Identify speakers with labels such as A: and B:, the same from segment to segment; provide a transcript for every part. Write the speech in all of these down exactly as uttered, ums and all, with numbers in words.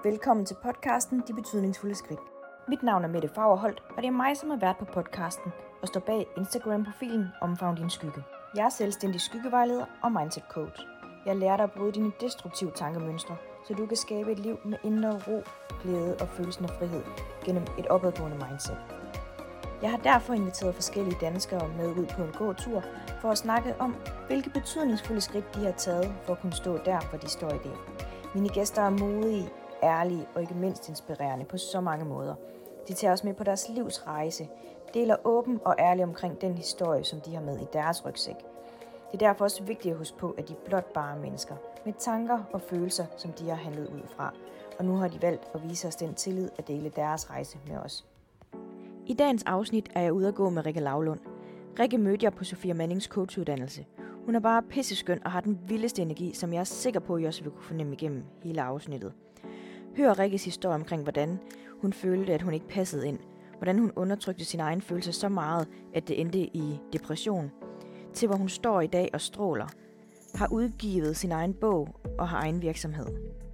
A: Velkommen til podcasten De Betydningsfulde Skridt. Mit navn er Mette Fagerholt, og det er mig, som er vært på podcasten og står bag Instagram-profilen Omfavn din skygge. Jeg er selvstændig skyggevejleder og mindset coach. Jeg lærer dig at bryde dine destruktive tankemønstre, så du kan skabe et liv med indre ro, glæde og følelsen af frihed gennem et opadgående mindset. Jeg har derfor inviteret forskellige danskere med ud på en gåtur for at snakke om, hvilke betydningsfulde skridt de har taget for at kunne stå der, hvor de står i dag. Mine gæster er modige, ærlige og ikke mindst inspirerende på så mange måder. De tager os med på deres livs rejse, deler åben og ærligt omkring den historie, som de har med i deres rygsæk. Det er derfor også vigtigt at huske på, at de er blot bare mennesker, med tanker og følelser, som de har handlet ud fra. Og nu har de valgt at vise os den tillid at dele deres rejse med os. I dagens afsnit er jeg ude at gå med Rikke Lavlund. Rikke mødte jeg på Sofia Mannings coachuddannelse. Hun er bare pisseskøn og har den vildeste energi, som jeg er sikker på, at I også vil kunne fornemme igennem hele afsnittet. Hør Rikkes historie omkring, hvordan hun følte, at hun ikke passede ind. Hvordan hun undertrykte sine egne følelser så meget, at det endte i depression. Til hvor hun står i dag og stråler. Har udgivet sin egen bog og har egen virksomhed.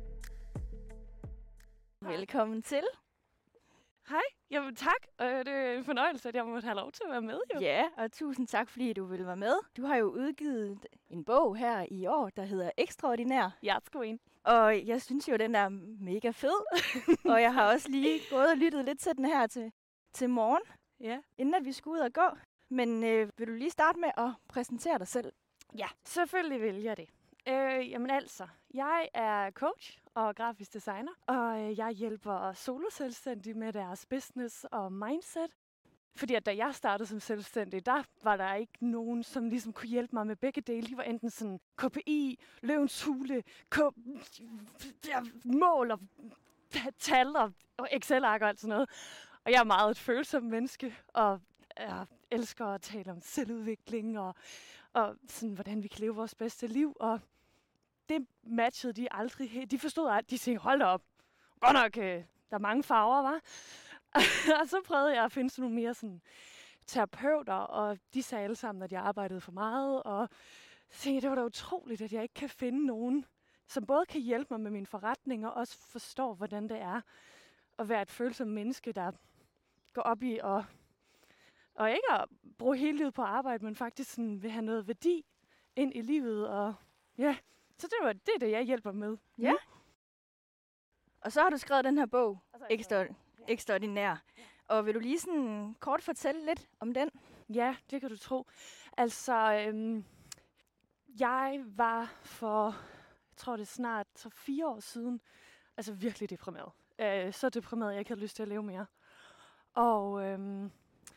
A: Velkommen til.
B: Hej, jamen tak. Og det er en fornøjelse, at jeg måtte have lov til at være med. Jo.
A: Ja, og tusind tak, fordi du ville være med. Du har jo udgivet en bog her i år, der hedder Ekstraordinær.
B: Jeg skal ind.
A: Og jeg synes jo, den er mega fed. Og jeg har også lige gået og lyttet lidt til den her til, til morgen,
B: ja.
A: Inden at vi skulle ud og gå. Men øh, vil du lige starte med at præsentere dig selv?
B: Ja, selvfølgelig vil jeg det. Øh, jamen altså, jeg er coach og grafisk designer, og jeg hjælper soloselvstændige med deres business og mindset. Fordi at da jeg startede som selvstændig, der var der ikke nogen, som ligesom kunne hjælpe mig med begge dele. De var enten sådan K P I, løvens hule, K- mål og tal og, og Excel-ark og alt sådan noget. Og jeg er meget et følsomt menneske, og jeg elsker at tale om selvudvikling og, og sådan, hvordan vi kan leve vores bedste liv. Og det matchede de aldrig. De forstod alt. De tænkte, hold da op. Godt nok, øh, der er mange farver, var. Og så prøvede jeg at finde sådan nogle mere sådan terapeuter, og de sagde alle sammen, at jeg arbejdede for meget. Og så tænkte jeg, det var da utroligt, at jeg ikke kan finde nogen, som både kan hjælpe mig med mine forretninger, og også forstår, hvordan det er at være et følsomt menneske, der går op i at, og ikke at bruge hele livet på arbejde, men faktisk sådan vil have noget værdi ind i livet. Og ja, så det, var, det er det, jeg hjælper med.
A: Ja. Og så har du skrevet den her bog, Ekstraordinær. Ekstraordinær. Og vil du lige sådan kort fortælle lidt om den?
B: Ja, det kan du tro. Altså, øhm, jeg var for, jeg tror det er snart så fire år siden, altså virkelig deprimeret. Øh, så deprimeret, at jeg ikke havde lyst til at leve mere. Og øhm,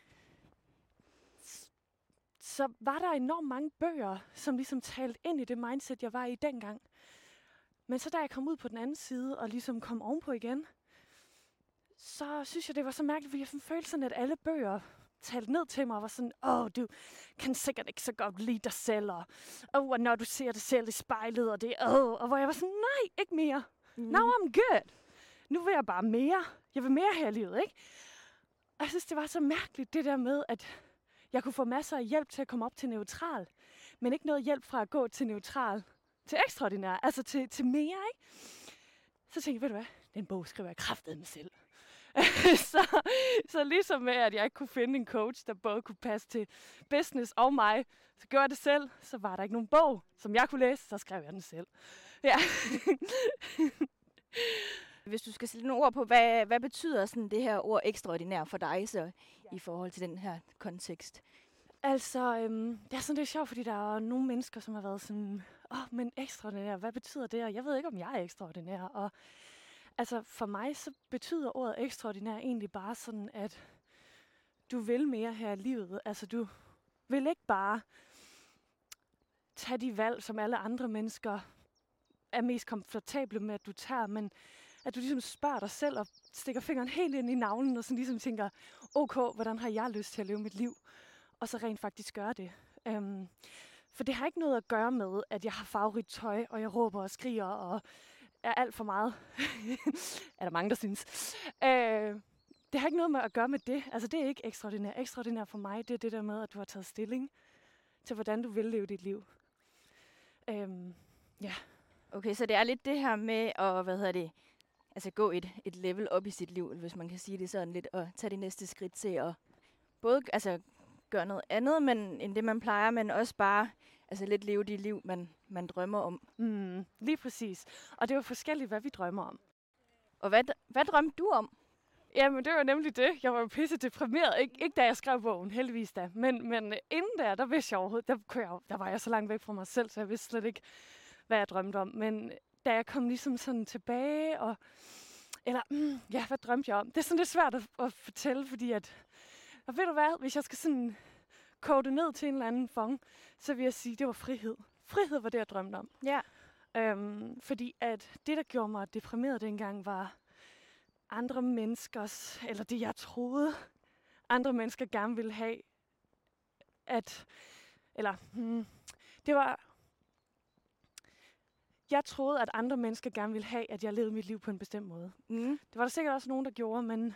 B: så var der enormt mange bøger, som ligesom talte ind i det mindset, jeg var i dengang. Men så da jeg kom ud på den anden side og ligesom kom ovenpå igen, så synes jeg, det var så mærkeligt, fordi jeg følte sådan, at alle bøger talte ned til mig og var sådan, åh, oh, du kan sikkert ikke så godt lide dig selv, og oh, og når du ser dig selv i spejlet, og det åh, oh, og hvor jeg var sådan, nej, ikke mere. Mm. Now I'm good. Nu vil jeg bare mere. Jeg vil mere her i livet, ikke? Og jeg synes, det var så mærkeligt, det der med, at jeg kunne få masser af hjælp til at komme op til neutral, men ikke noget hjælp fra at gå til neutral til ekstraordinær, altså til, til mere, ikke? Så tænkte jeg, ved du hvad, den bog skriver jeg kraftedeme selv. så, så ligesom med, at jeg ikke kunne finde en coach, der både kunne passe til business og mig, så gjorde jeg det selv. Så var der ikke nogen bog, som jeg kunne læse, så skrev jeg den selv. Ja.
A: Hvis du skal sætte nogle ord på, hvad, hvad betyder sådan det her ord ekstraordinær for dig så, i forhold til den her kontekst?
B: Altså, øhm, det er sådan lidt sjovt, fordi der er nogle mennesker, som har været sådan, åh, oh, men ekstraordinær, hvad betyder det? Og jeg ved ikke, om jeg er ekstraordinær. Og altså, for mig så betyder ordet ekstraordinær egentlig bare sådan, at du vil mere her i livet. Altså, du vil ikke bare tage de valg, som alle andre mennesker er mest komfortable med, at du tager, men at du ligesom spørger dig selv og stikker fingeren helt ind i navlen og sådan ligesom tænker, ok, hvordan har jeg lyst til at leve mit liv? Og så rent faktisk gøre det. Um, for det har ikke noget at gøre med, at jeg har farverigt tøj, og jeg råber og skriger og er alt for meget. Er der mange, der synes. Uh, det har ikke noget med at gøre med det. Altså, det er ikke ekstraordinær. Ekstraordinær for mig, det er det der med, at du har taget stilling til, hvordan du vil leve dit liv. Um, ja.
A: Okay, så det er lidt det her med at, hvad hedder det,
C: altså gå et, et level op i sit liv, hvis man kan sige det sådan lidt, og tage det næste skridt til at både altså, gøre noget andet men, end det, man plejer, men også bare altså, lidt leve det liv, man, man drømmer om.
B: Mm, lige præcis. Og det er jo forskelligt, hvad vi drømmer om.
C: Og hvad, hvad drømte du om?
B: Jamen, det var nemlig det. Jeg var jo pisse deprimeret. Ik- ikke da jeg skrev bogen, heldigvis da. Men, men inden der, der vidste jeg overhovedet, der, kunne jeg, der var jeg så langt væk fra mig selv, så jeg vidste slet ikke, hvad jeg drømte om. Men da jeg kom ligesom sådan tilbage, og eller, mm, ja, hvad drømte jeg om? Det er sådan lidt svært at, at fortælle, fordi at, og ved du hvad, hvis jeg skal sådan koge det ned til en eller anden fong, så vil jeg sige, det var frihed. Frihed var det, jeg drømte om.
C: Ja.
B: Øhm, fordi at det, der gjorde mig deprimeret dengang, var andre menneskers, eller det jeg troede, andre mennesker gerne ville have, at, eller, hmm, det var, jeg troede, at andre mennesker gerne ville have, at jeg levede mit liv på en bestemt måde.
C: Mm.
B: Det var der sikkert også nogen, der gjorde, men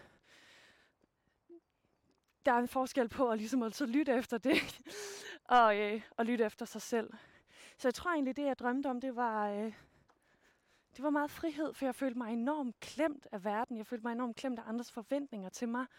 B: der er en forskel på at ligesom altså lytte efter det, og, øh, og lytte efter sig selv. Så jeg tror egentlig, det jeg drømte om, det var, øh, det var meget frihed, for jeg følte mig enormt klemt af verden. Jeg følte mig enormt klemt af andres forventninger til mig.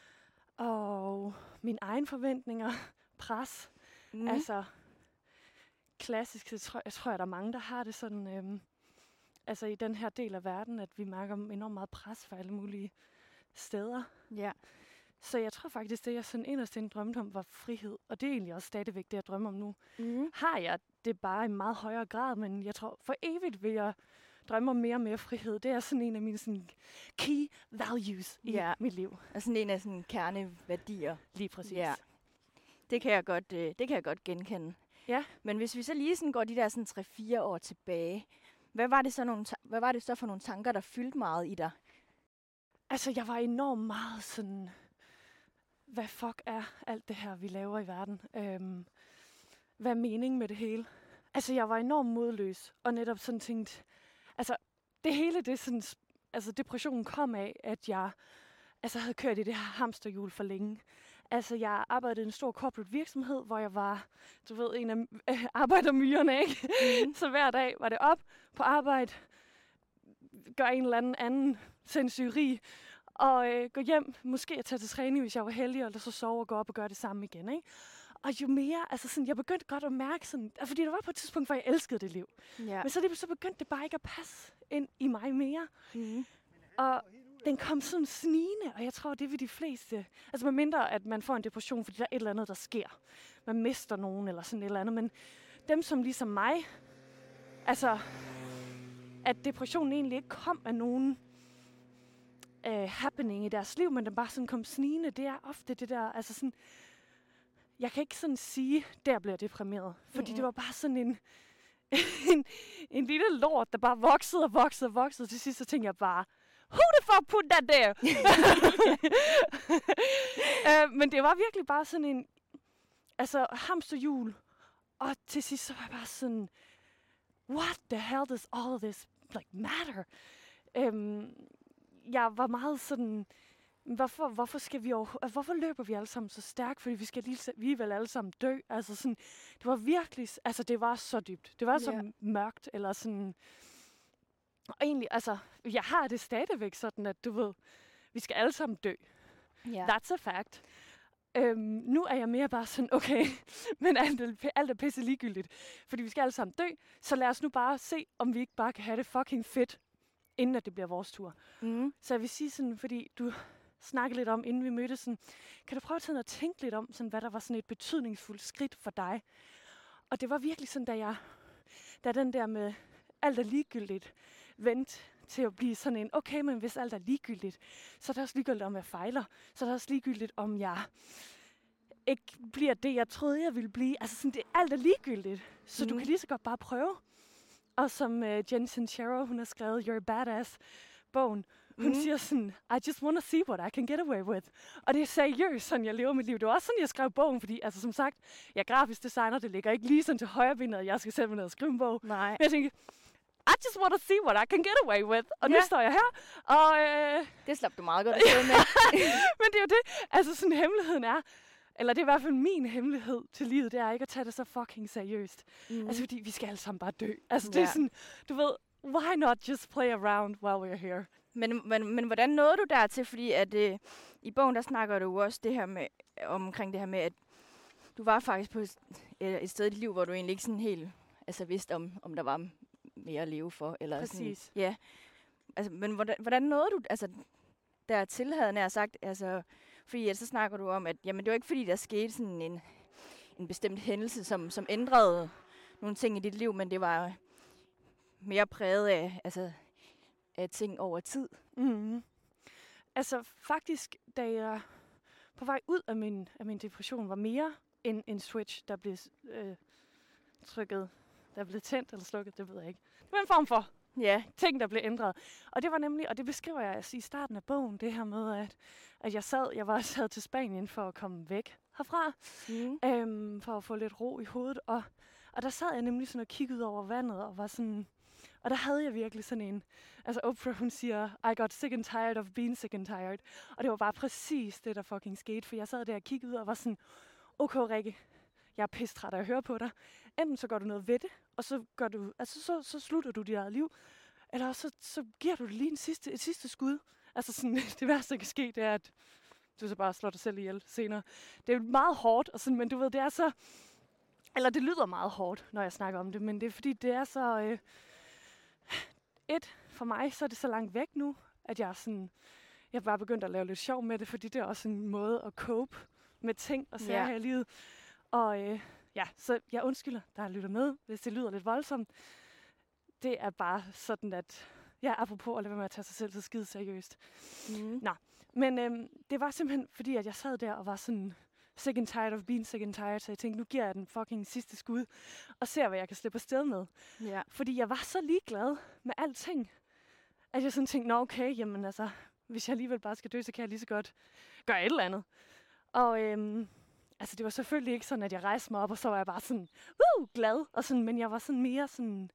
B: Og mine egne forventninger, pres.
C: Mm.
B: Altså, klassisk, jeg tror, jeg tror, at der er mange, der har det sådan, øhm, altså i den her del af verden, at vi mærker enormt meget pres fra alle mulige steder.
C: Ja.
B: Så jeg tror faktisk, det jeg sådan inderst inde drømte om, var frihed. Og det er egentlig også stadigvæk det, jeg drømmer om nu.
C: Mm.
B: Har jeg det bare i meget højere grad, men jeg tror for evigt vil jeg drømme om mere og mere frihed. Det er sådan en af mine sådan, key values i
C: Ja.
B: mit liv.
C: Og sådan en af sådan kerneværdier.
B: Lige præcis.
C: Ja. Det kan jeg godt, øh, det kan jeg godt genkende.
B: Ja.
C: Men hvis vi så lige sådan går de der sådan tre fire år tilbage, hvad var det så nogle ta- hvad var det så for nogle tanker, der fyldte meget i dig?
B: Altså, jeg var enormt meget sådan, hvad fuck er alt det her, vi laver i verden? Øhm, hvad er meningen med det hele? Altså, jeg var enormt modløs, og netop sådan tænkt, altså, det hele, det sådan, altså, depressionen kom af, at jeg altså, havde kørt i det her hamsterhjul for længe. Altså, jeg arbejdede i en stor corporate virksomhed, hvor jeg var, du ved, en af øh, arbejdermyrerne, ikke? Mm. Så hver dag var det op på arbejde, gør en eller anden anden sindssyg rig, og øh, gå hjem, måske at tage til træning, hvis jeg var heldig, eller så sove og gå op og gøre det samme igen, ikke? Og jo mere, altså sådan, jeg begyndte godt at mærke sådan, altså, fordi der var på et tidspunkt, hvor jeg elskede det liv.
C: Ja.
B: Men så, lige, så begyndte det bare ikke at passe ind i mig mere.
C: Mm.
B: Og den kom sådan snigende, og jeg tror, det vil de fleste, altså med mindre, at man får en depression, fordi der er et eller andet, der sker. Man mister nogen, eller sådan et eller andet, men dem som ligesom mig, altså, at depressionen egentlig ikke kom af nogen øh, happening i deres liv, men den bare sådan kom snigende, det er ofte det der, altså sådan, jeg kan ikke sådan sige, der bliver jeg deprimeret, fordi mm-hmm. det var bare sådan en, en, en lille lort, der bare voksede og voksede og voksede, og til sidst så tænkte jeg bare, who the fuck put that there? uh, men det var virkelig bare sådan en, altså hamsterhjul, og til sidst så var jeg bare sådan, what the hell does all of this like matter? Um, jeg var meget sådan, hvorfor, hvorfor skal vi over, hvorfor løber vi alle sammen så stærkt, fordi vi skal lige, vi vel alle sammen dø, altså sådan, det var virkelig, altså det var så dybt, det var så yeah. mørkt, eller sådan, og egentlig, altså, jeg har det stadigvæk sådan, at du ved, vi skal alle sammen dø.
C: Yeah.
B: That's a fact. Øhm, nu er jeg mere bare sådan, okay, men alt er, alt er pisse ligegyldigt, fordi vi skal alle sammen dø, så lad os nu bare se, om vi ikke bare kan have det fucking fedt, inden at det bliver vores tur.
C: Mm.
B: Så jeg vil sige sådan, fordi du snakkede lidt om, inden vi mødtes, sådan, kan du prøve at tænke lidt om, sådan, hvad der var sådan et betydningsfuldt skridt for dig? Og det var virkelig sådan, da jeg, da den der med alt er ligegyldigt, vendte til at blive sådan en, okay, men hvis alt er ligegyldigt, så er det også ligegyldigt, om jeg fejler. Så er det også ligegyldigt, om jeg ikke bliver det, jeg troede, jeg ville blive. Altså sådan, det, alt er ligegyldigt. Så mm. du kan lige så godt bare prøve. Og som uh, Jen Sincero, hun har skrevet You're a Badass bogen, hun mm. siger sådan, I just want to see what I can get away with. Og det er seriøst sådan, jeg lever mit liv. Det var også sådan, jeg skrev bogen, fordi altså som sagt, jeg er grafisk designer, det ligger ikke lige sådan til højre benet, at jeg skal sætte mig ned og skrive en bog.
C: Nej.
B: Men jeg tænkte, I just want to see what I can get away with. Og
C: ja.
B: Nu står jeg her, og øh...
C: det slap du meget godt at stå med.
B: Men det er jo det, altså sådan hemmeligheden er, eller det er i hvert fald min hemmelighed til livet, det er ikke at tage det så fucking seriøst. Mm. Altså fordi vi skal alle sammen bare dø. Altså det
C: ja.
B: er sådan, du ved, why not just play around while we're here?
C: Men, men, men hvordan nåede du dertil? Fordi at, øh, i bogen, der snakker du også det her med, omkring det her med, at du var faktisk på et, et sted i dit liv, hvor du egentlig ikke sådan helt altså, vidste, om, om der var mere at leve for. Eller
B: Præcis.
C: Sådan, ja. Altså, men hvordan, hvordan nåede du altså, dertil, havde jeg sagt? Altså, fordi at, så snakker du om, at jamen, det var ikke fordi, der skete sådan en, en bestemt hændelse, som, som ændrede nogle ting i dit liv, men det var mere præget af, altså, af ting over tid.
B: Mm-hmm. Altså faktisk, da jeg på vej ud af min, af min depression, var mere en, en switch, der blev øh, trykket, der blev tændt eller slukket, det ved jeg ikke. Det var en form for
C: ja.
B: ting, der blev ændret. Og det var nemlig, og det beskriver jeg altså i starten af bogen, det her med, at, at jeg sad, jeg var sad til Spanien for at komme væk herfra, mm. øhm, for at få lidt ro i hovedet. Og, og der sad jeg nemlig sådan og kiggede over vandet, og var sådan, og der havde jeg virkelig sådan en, altså Oprah, hun siger, I got sick and tired of being sick and tired. Og det var bare præcis det, der fucking skete, for jeg sad der og kiggede ud og var sådan, okay Rikke, jeg er pisstræt af at høre på dig. Enten så gør du noget ved det, og så, gør du, altså, så, så slutter du dit eget liv, eller så, så giver du det lige en sidste, et sidste skud. Altså sådan, det værste, der kan ske, det er, at du så bare slår dig selv ihjel senere. Det er jo meget hårdt, og sådan, men du ved, det er så, eller det lyder meget hårdt, når jeg snakker om det, men det er fordi, det er så, øh, et, for mig, så er det så langt væk nu, at jeg er sådan, jeg er bare begyndt at lave lidt sjov med det, fordi det er også en måde at cope med ting og sager
C: Ja.
B: her i livet. Og øh, ja, så jeg undskylder, der lytter med, hvis det lyder lidt voldsomt. Det er bare sådan, at ja, apropos at lade være med at tage sig selv så skide seriøst.
C: Mm.
B: Nå, men øhm, det var simpelthen fordi, at jeg sad der og var sådan sick and tired of being sick and tired, så jeg tænkte, nu giver jeg den fucking sidste skud og ser, hvad jeg kan slippe afsted med.
C: Ja.
B: Fordi jeg var så ligeglad med alting, at jeg sådan tænkte, nå okay, jamen altså, hvis jeg alligevel bare skal dø, så kan jeg lige så godt gøre et eller andet. Og øhm, altså, det var selvfølgelig ikke sådan, at jeg rejste mig op, og så var jeg bare sådan, woo, glad, og sådan, men jeg var sådan mere sådan,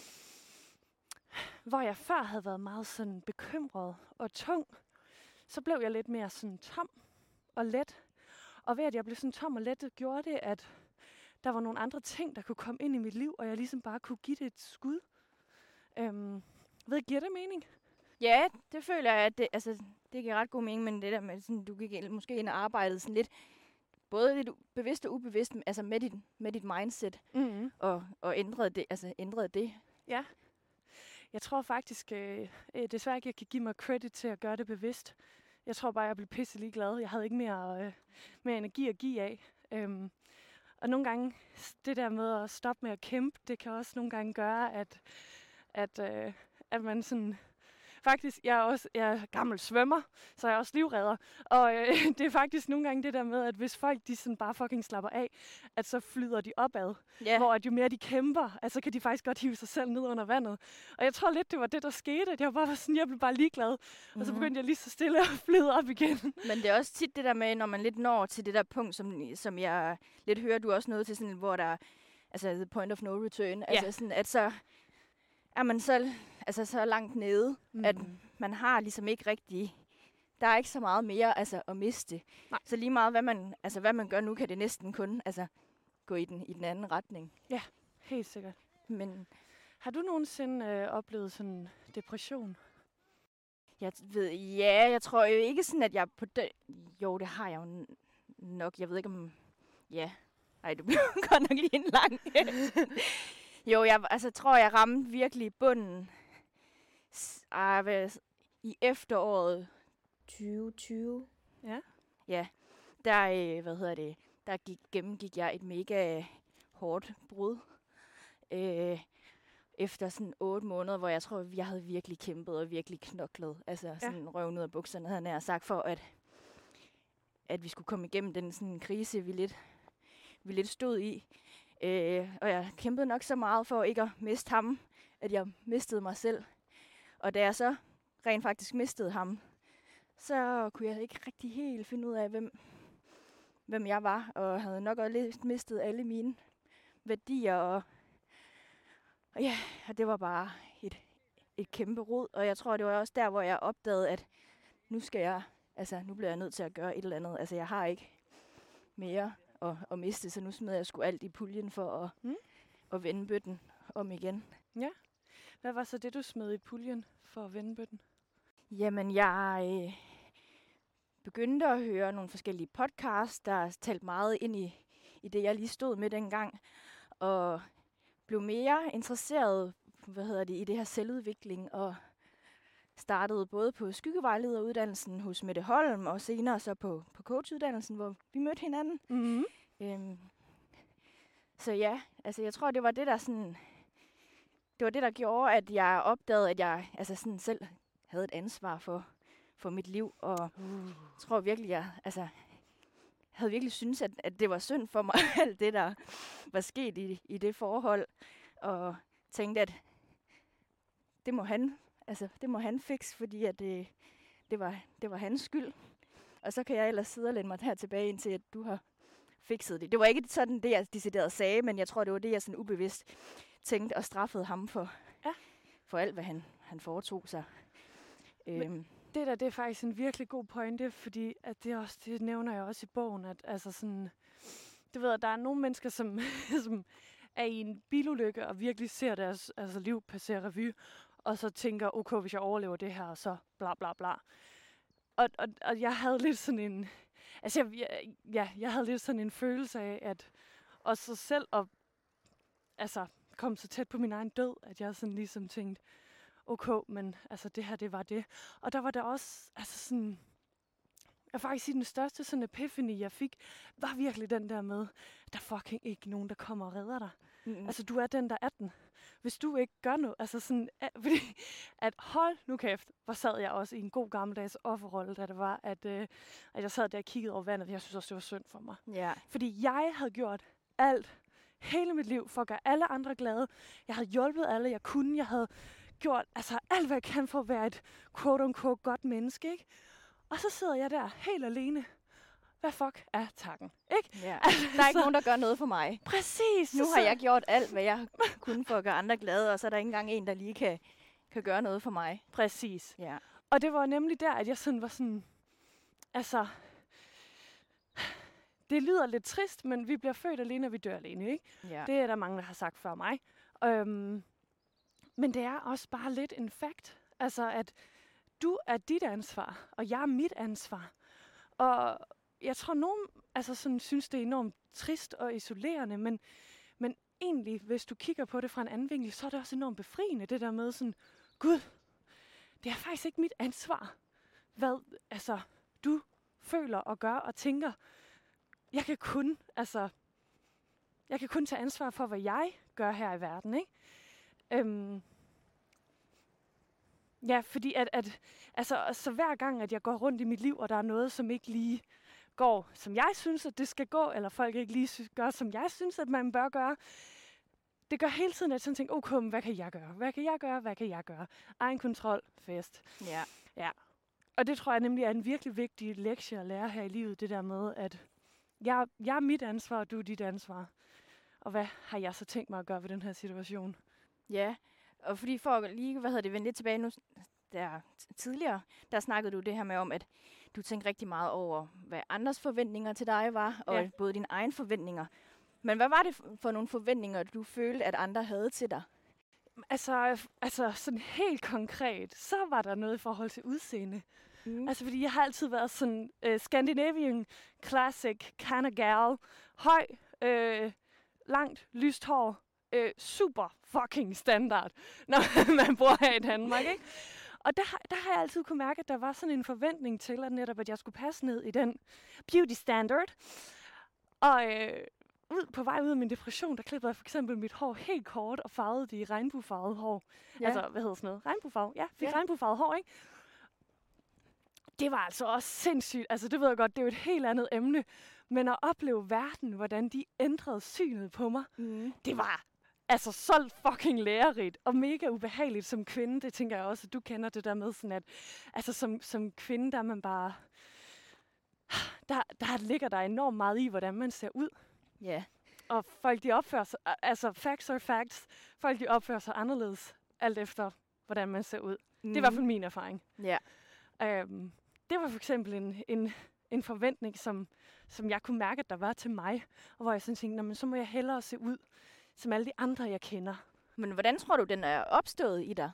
B: hvor jeg før havde været meget sådan bekymret og tung, så blev jeg lidt mere sådan tom og let. Og ved at jeg blev sådan tom og let, gjorde det, at der var nogle andre ting, der kunne komme ind i mit liv, og jeg ligesom bare kunne give det et skud. Øhm, ved giver det mening?
C: Ja, det føler jeg, at det, altså, det giver ret god mening, men det der med, sådan, du gik måske ind og arbejdede sådan lidt, både lidt bevidst og ubevidst, altså med dit, med dit mindset,
B: Mm-hmm.
C: og, og ændrede det, altså ændrede det.
B: Ja. Jeg tror faktisk, øh, øh, desværre ikke, jeg kan give mig credit til at gøre det bevidst. Jeg tror bare, jeg blev pisselig glad. Jeg havde ikke mere, øh, mere energi at give af. Øhm, og nogle gange, det der med at stoppe med at kæmpe, det kan også nogle gange gøre, at, at, øh, at man sådan... Faktisk, jeg er også jeg er gammel svømmer, så jeg er også livredder. Og øh, det er faktisk nogle gange det der med, at hvis folk de sådan bare fucking slapper af, at så flyder de opad.
C: Ja.
B: Hvor at jo mere de kæmper, altså kan de faktisk godt hive sig selv ned under vandet. Og jeg tror lidt, det var det, der skete. At jeg bare var sådan, jeg blev bare ligeglad. Mm-hmm. Og så begyndte jeg lige så stille at flyde op igen.
C: Men det er også tit det der med, når man lidt når til det der punkt, som, som jeg lidt hører, du også nået til, sådan, hvor der altså the point of no return.
B: Ja.
C: Altså sådan, at så er man så, altså, så langt nede, mm. at man har ligesom ikke rigtig, der er ikke så meget mere altså, at miste.
B: Nej.
C: Så lige meget, hvad man, altså, hvad man gør nu, kan det næsten kun altså, gå i den, i den anden retning.
B: Ja, helt sikkert.
C: Men
B: har du nogensinde øh, oplevet sådan depression?
C: jeg ved, ja, jeg tror jo ikke sådan, at jeg på det, jo, det har jeg jo nok, jeg ved ikke om, ja, nej, det bliver godt nok lige en lang. Jo, jeg altså, tror, jeg ramte virkelig bunden ah, hvad, i efteråret
A: tyve tyve.
B: Ja.
C: Ja, der, øh, hvad hedder det, der gik, gennemgik jeg et mega hårdt brud. Øh, efter sådan otte måneder, hvor jeg tror, jeg havde virkelig kæmpet og virkelig knoklet. Altså sådan ja. Røven ud af bukserne, havde jeg sagt, for at, at vi skulle komme igennem den sådan krise, vi lidt, vi lidt stod i. Øh, og jeg kæmpede nok så meget for ikke at miste ham, at jeg mistede mig selv. Og da jeg så rent faktisk mistede ham, så kunne jeg ikke rigtig helt finde ud af, hvem, hvem jeg var. Og havde nok også lidt mistet alle mine værdier. Og, og ja, og det var bare et, et kæmpe rod. Og jeg tror, det var også der, hvor jeg opdagede, at nu skal jeg, altså nu bliver jeg nødt til at gøre et eller andet. Altså jeg har ikke mere at, at miste, så nu smider jeg sgu alt i puljen for at, mm. at vende bøtten om igen.
B: Ja. Hvad var så det, du smed i puljen for at vende bøtten?
C: Jamen, jeg øh, begyndte at høre nogle forskellige podcasts, der talte meget ind i, i det, jeg lige stod med dengang. Og blev mere interesseret hvad hedder det, i det her selvudvikling, og startede både på skyggevejlederuddannelsen hos Mette Holm, og senere så på, på coachuddannelsen, hvor vi mødte hinanden.
B: Mm-hmm.
C: Øhm, så ja, altså jeg tror, det var det, der sådan, det var det, der gjorde, at jeg opdagede, at jeg altså sådan selv havde et ansvar for, for mit liv, og
B: Uh.
C: jeg tror virkelig, jeg altså, havde virkelig syntes, at, at det var synd for mig, alt det, der var sket i, i det forhold, og tænkte, at det må han, altså, det må han fikse, fordi at det, det, var, det var hans skyld. Og så kan jeg ellers sidde og læne mig her tilbage, indtil at du har fikset det. Det var ikke sådan det, jeg decideret sagde, men jeg tror, det var det, jeg sådan ubevidst tænkte og straffede ham for,
B: ja. for
C: alt, hvad han, han foretog sig. Øhm.
B: Det der, det er faktisk en virkelig god pointe, fordi at det, også, det nævner jeg også i bogen, at altså sådan, du ved, at der er nogle mennesker, som, som er i en bilulykke og virkelig ser deres altså, liv passere revy, og så tænker, okay, hvis jeg overlever det her, så bla bla bla. Og, og, og jeg havde lidt sådan en, altså jeg, ja, jeg havde lidt sådan en følelse af, at også selv at altså, komme så tæt på min egen død, at jeg sådan ligesom tænkte, okay, men altså det her, det var det. Og der var der også, altså sådan, jeg faktisk sige, den største sådan epiphany, jeg fik, var virkelig den der med, der er fucking ikke nogen, der kommer og redder dig. Mm-hmm. Altså, du er den, der er den. Hvis du ikke gør noget, altså sådan, at, fordi, at hold nu kæft, hvor sad jeg også i en god gammeldags offerrolle, da det var, at, øh, at jeg sad der og kiggede over vandet, jeg synes også, det var synd for mig.
C: Ja.
B: Fordi jeg havde gjort alt, hele mit liv, for at gøre alle andre glade. Jeg havde hjulpet alle, jeg kunne. Jeg havde gjort altså, alt, hvad jeg kan for at være et quote-unquote godt menneske, ikke? Og så sidder jeg der helt alene. Hvad fuck er takken, ikke?
C: Ja. Der er ikke nogen, der gør noget for mig.
B: Præcis.
C: Nu har jeg gjort alt, hvad jeg kunne for at gøre andre glade, og så er der ikke engang en, der lige kan, kan gøre noget for mig.
B: Præcis.
C: Ja.
B: Og det var nemlig der, at jeg sådan var sådan, altså, det lyder lidt trist, men vi bliver født alene, og vi dør alene, ikke?
C: Ja.
B: Det er der mange, der har sagt før mig. Øhm, men det er også bare lidt en fact. Altså, at du er dit ansvar, og jeg er mit ansvar. Og jeg tror, nogen altså sådan, synes, det er enormt trist og isolerende, men, men egentlig, hvis du kigger på det fra en anden vinkel, så er det også enormt befriende, det der med sådan, Gud, det er faktisk ikke mit ansvar, hvad altså, du føler og gør og tænker. Jeg kan kun, altså, jeg kan kun tage ansvar for, hvad jeg gør her i verden, ikke? Øhm, ja, fordi at, at altså, så hver gang, at jeg går rundt i mit liv, og der er noget, som ikke lige går, som jeg synes, at det skal gå, eller folk ikke lige sy- gør, som jeg synes, at man bør gøre, det gør hele tiden, at jeg sådan tænker, okay, hvad kan jeg gøre? Hvad kan jeg gøre? Hvad kan jeg gøre? Egen kontrol, fest.
C: Ja.
B: Ja. Og det tror jeg nemlig er en virkelig vigtig lektie at lære her i livet, det der med, at jeg, jeg er mit ansvar, og du er dit ansvar. Og hvad har jeg så tænkt mig at gøre ved den her situation?
C: Ja, og fordi for at lige, hvad hedder det, vende lidt tilbage nu, der tidligere, der snakkede du det her med om, at du tænkte rigtig meget over, hvad andres forventninger til dig var, og
B: ja.
C: både dine egne forventninger. Men hvad var det for nogle forventninger, du følte, at andre havde til dig?
B: Altså, altså sådan helt konkret, så var der noget i forhold til udseende.
C: Mm.
B: Altså, fordi jeg har altid været sådan uh, Scandinavian classic kind of gal. Høj, øh, langt, lyst hår. Øh, super fucking standard, når man bor her i Danmark, ikke? Og der, der har jeg altid kunne mærke, at der var sådan en forventning til, at netop, at jeg skulle passe ned i den beauty standard. Og øh, ud, på vej ud af min depression, der klippede jeg for eksempel mit hår helt kort og farvede det i regnbuefarvet hår. Ja. Altså, hvad hedder sådan noget? Regnbuefarve? Ja, fik ja. regnbuefarvet hår, ikke? Det var altså også sindssygt. Altså, det ved jeg godt, det er jo et helt andet emne. Men at opleve verden, hvordan de ændrede synet på mig, mm. det var altså så fucking lærerigt og mega ubehageligt som kvinde. Det tænker jeg også, at du kender det der med sådan, at altså som, som kvinde, der man bare, der, der ligger der enormt meget i, hvordan man ser ud.
C: Ja. Yeah.
B: Og folk, de opfører sig, altså facts are facts, folk, de opfører sig anderledes, alt efter, hvordan man ser ud. Mm. Det er i hvert fald min erfaring.
C: Ja.
B: Yeah. Øhm, det var for eksempel en, en, en forventning, som, som jeg kunne mærke, at der var til mig, og hvor jeg sådan tænkte, så må jeg hellere se ud som alle de andre, jeg kender.
C: Men hvordan tror du, den er opstået i dig?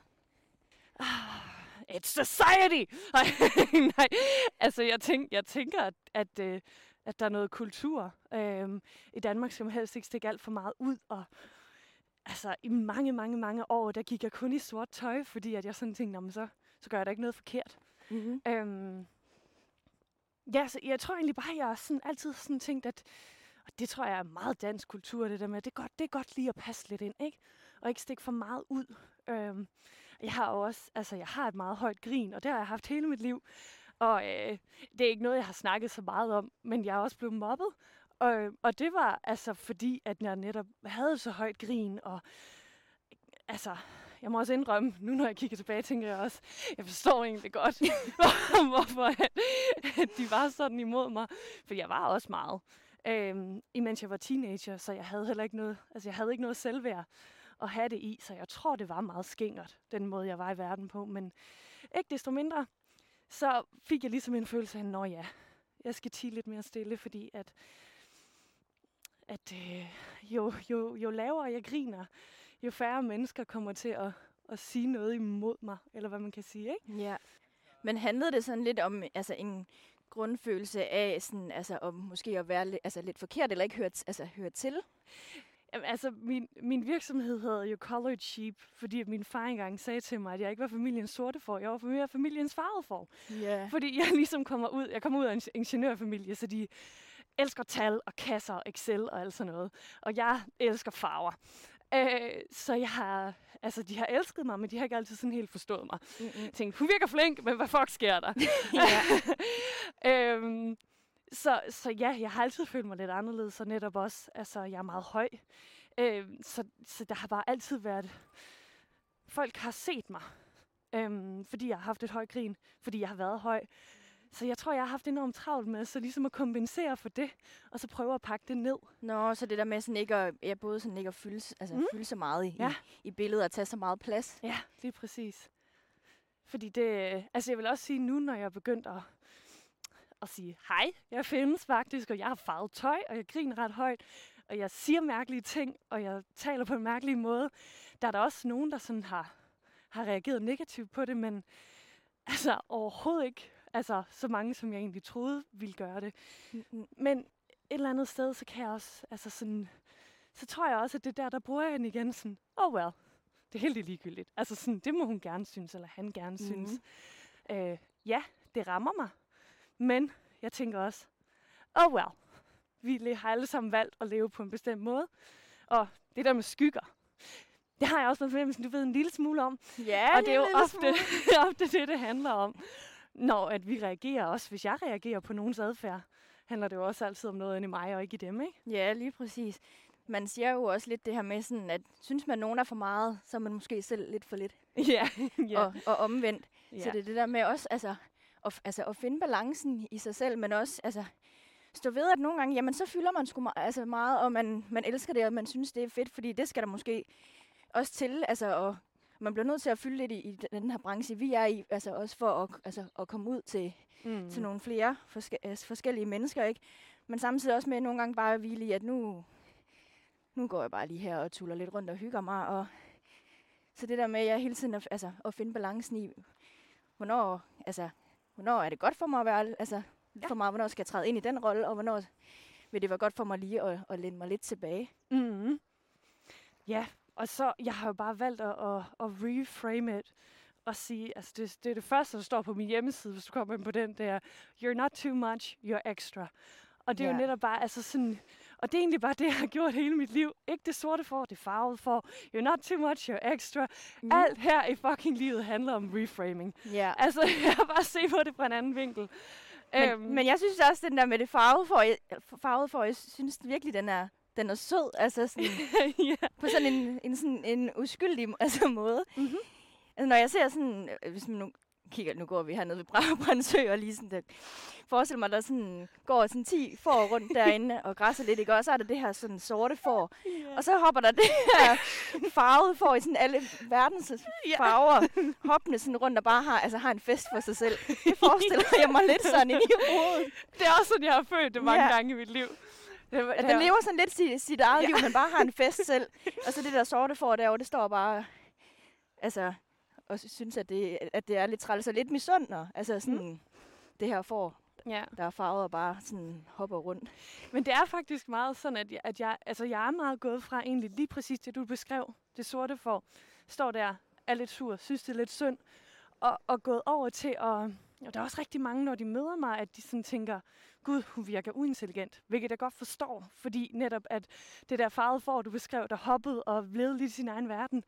B: It's society! Nej, altså jeg, tænk, jeg tænker, at, at, øh, at der er noget kultur. Øhm, I Danmark skal man helst ikke stikke alt for meget ud, og altså i mange, mange, mange år, der gik jeg kun i sort tøj, fordi at jeg sådan tænkte, men så, så gør jeg da ikke noget forkert.
C: Mm-hmm.
B: Øhm, ja, så jeg tror egentlig bare, jeg har sådan altid sådan tænkt, at og det tror jeg er meget dansk kultur, det der med, det er godt, det er godt lige at passe lidt ind, ikke? Og ikke stikke for meget ud. Øhm, jeg har også, altså jeg har et meget højt grin, og det har jeg haft hele mit liv. Og øh, det er ikke noget, jeg har snakket så meget om, men jeg er også blevet mobbet. Og, og det var altså fordi, at jeg netop havde så højt grin, og altså, jeg må også indrømme, nu når jeg kigger tilbage, tænker jeg også, jeg forstår egentlig godt, hvorfor at, at de var sådan imod mig. For jeg var også meget, øhm, imens jeg var teenager, så jeg havde heller ikke noget, altså jeg havde ikke noget selvværd at have det i, så jeg tror, det var meget skingert, den måde, jeg var i verden på. Men ikke desto mindre, så fik jeg ligesom en følelse af, nå ja, jeg skal tie lidt mere stille, fordi at, at øh, jo, jo, jo lavere jeg griner, jo færre mennesker kommer til at, at sige noget imod mig, eller hvad man kan sige, ikke?
C: Ja. Men handlede det sådan lidt om altså en grundfølelse af sådan, altså om måske at være lidt, altså lidt forkert, eller ikke høre, altså, høre til?
B: Jamen, altså, min, min virksomhed hedder jo Colored Sheep, fordi min far engang sagde til mig, at jeg ikke var familiens sorte får, jeg var mere familiens farvede får.
C: Yeah.
B: Fordi jeg ligesom kommer ud, jeg kommer ud af en ingeniørfamilie, så de elsker tal og kasser og Excel og alt sådan noget. Og jeg elsker farver. Øh, så jeg har, altså de har elsket mig, men de har ikke altid sådan helt forstået mig. Mm-hmm. Jeg tænkte, hun virker flink, men hvad fuck sker der? øhm, så, så ja, jeg har altid følt mig lidt anderledes, så netop også, altså jeg er meget høj. Øhm, så, så der har bare altid været, folk har set mig, øhm, fordi jeg har haft et højt grin, fordi jeg har været høj. Så jeg tror, jeg har haft enormt travlt med, så ligesom at kompensere for det, og så prøve at pakke det ned.
C: Nå, så det der med sådan ikke at, ja, både sådan ikke at fylde, altså mm. fylde så meget i, ja. i, i billedet og tage så meget plads.
B: Ja, lige præcis. Fordi det, altså jeg vil også sige nu, når jeg er begyndt at, at sige, hej, jeg findes faktisk, og jeg har farvet tøj, og jeg griner ret højt, og jeg siger mærkelige ting, og jeg taler på en mærkelig måde. Der er der også nogen, der sådan har, har reageret negativt på det, men altså overhovedet ikke. Altså, så mange, som jeg egentlig troede, ville gøre det. Mm-hmm. Men et eller andet sted, så kan jeg også, altså sådan, så tror jeg også, at det der, der bruger jeg den igen sådan, oh well, det er helt ligegyldigt. Altså sådan, det må hun gerne synes, eller han gerne mm-hmm. synes. Øh, ja, det rammer mig. Men jeg tænker også, oh well, vi har alle sammen valgt at leve på en bestemt måde. Og det der med skygger, det har jeg også med fornemmelsen, du ved en lille smule om.
C: Ja,
B: og det er jo ofte, ofte det, det handler om. Når at vi reagerer også, hvis jeg reagerer på nogens adfærd, handler det jo også altid om noget inde i mig og ikke i dem, ikke?
C: Ja, lige præcis. Man siger jo også lidt det her med sådan, at synes man, nogen er for meget, så er man måske selv lidt for lidt.
B: Ja. ja.
C: Og, og omvendt.
B: Ja.
C: Så det er det der med også, altså at, altså, at finde balancen i sig selv, men også, altså, stå ved, at nogle gange, jamen så fylder man sgu meget, altså meget, og man, man elsker det, og man synes, det er fedt, fordi det skal der måske også til, altså, og man bliver nødt til at fylde lidt i, i den her branche, vi er i, altså også for at, altså, at komme ud til, mm. til nogle flere forske, altså, forskellige mennesker, ikke? Men samtidig også med nogle gange bare at hvile i, at nu, nu går jeg bare lige her og tuller lidt rundt og hygger mig, og så det der med, at jeg hele tiden at, altså, at finde balancen i, hvornår, altså, hvornår er det godt for mig at være, altså, ja. for mig, hvornår skal jeg træde ind i den rolle, og hvornår vil det være godt for mig lige at, at læne mig lidt tilbage.
B: Mm. Ja. Og så, jeg har jo bare valgt at, at, at reframe it og sige, altså det, det er det første, der står på min hjemmeside, hvis du kommer ind på den, det er, you're not too much, you're extra. Og det er yeah. jo netop bare, altså sådan, og det er egentlig bare det, jeg har gjort hele mit liv. Ikke det sorte for, det farvede for, you're not too much, you're extra. Mm. Alt her i fucking livet handler om reframing.
C: Yeah.
B: Altså, jeg har bare se på det fra en anden vinkel.
C: Men, um, men jeg synes også, den der med det farvede for, jeg, farvede for, jeg synes virkelig, den er, Den er sød, altså sådan, yeah. på sådan en, en, sådan en uskyldig altså, måde. Mm-hmm. Altså, når jeg ser sådan, hvis man nu kigger, nu går vi hernede ved Brandsø, og lige sådan, der, forestil mig, der sådan, går sådan ti får rundt derinde og græsser lidt, ikke? Og så er der det her sådan sorte får, yeah. og så hopper der det her farvede får i sådan alle verdens farver, yeah. hoppende sådan rundt og bare har, altså, har en fest for sig selv. Det forestiller jeg mig lidt sådan ind i hovedet.
B: Det er også sådan, jeg har følt det mange yeah. gange i mit liv. Det var,
C: At
B: det
C: den
B: var,
C: lever sådan lidt sit, sit eget
B: Ja.
C: liv, men bare har en fest selv. Og så det der sorte får derovre, det står bare... Altså, og synes, at det, at det er lidt træls og lidt misunder. Altså sådan, mm. det her får,
B: ja.
C: der er farvet og bare sådan hopper rundt.
B: Men det er faktisk meget sådan, at jeg, at jeg, altså jeg er meget gået fra egentlig lige præcis det, du beskrev. Det sorte får, står der, er lidt sur, synes det er lidt synd. Og, og gået over til at... Og der er også rigtig mange, når de møder mig, at de sådan tænker, gud, hun virker uintelligent. Hvilket jeg godt forstår, fordi netop at det der farvede får, du beskrev, der hoppede og levede lidt i sin egen verden.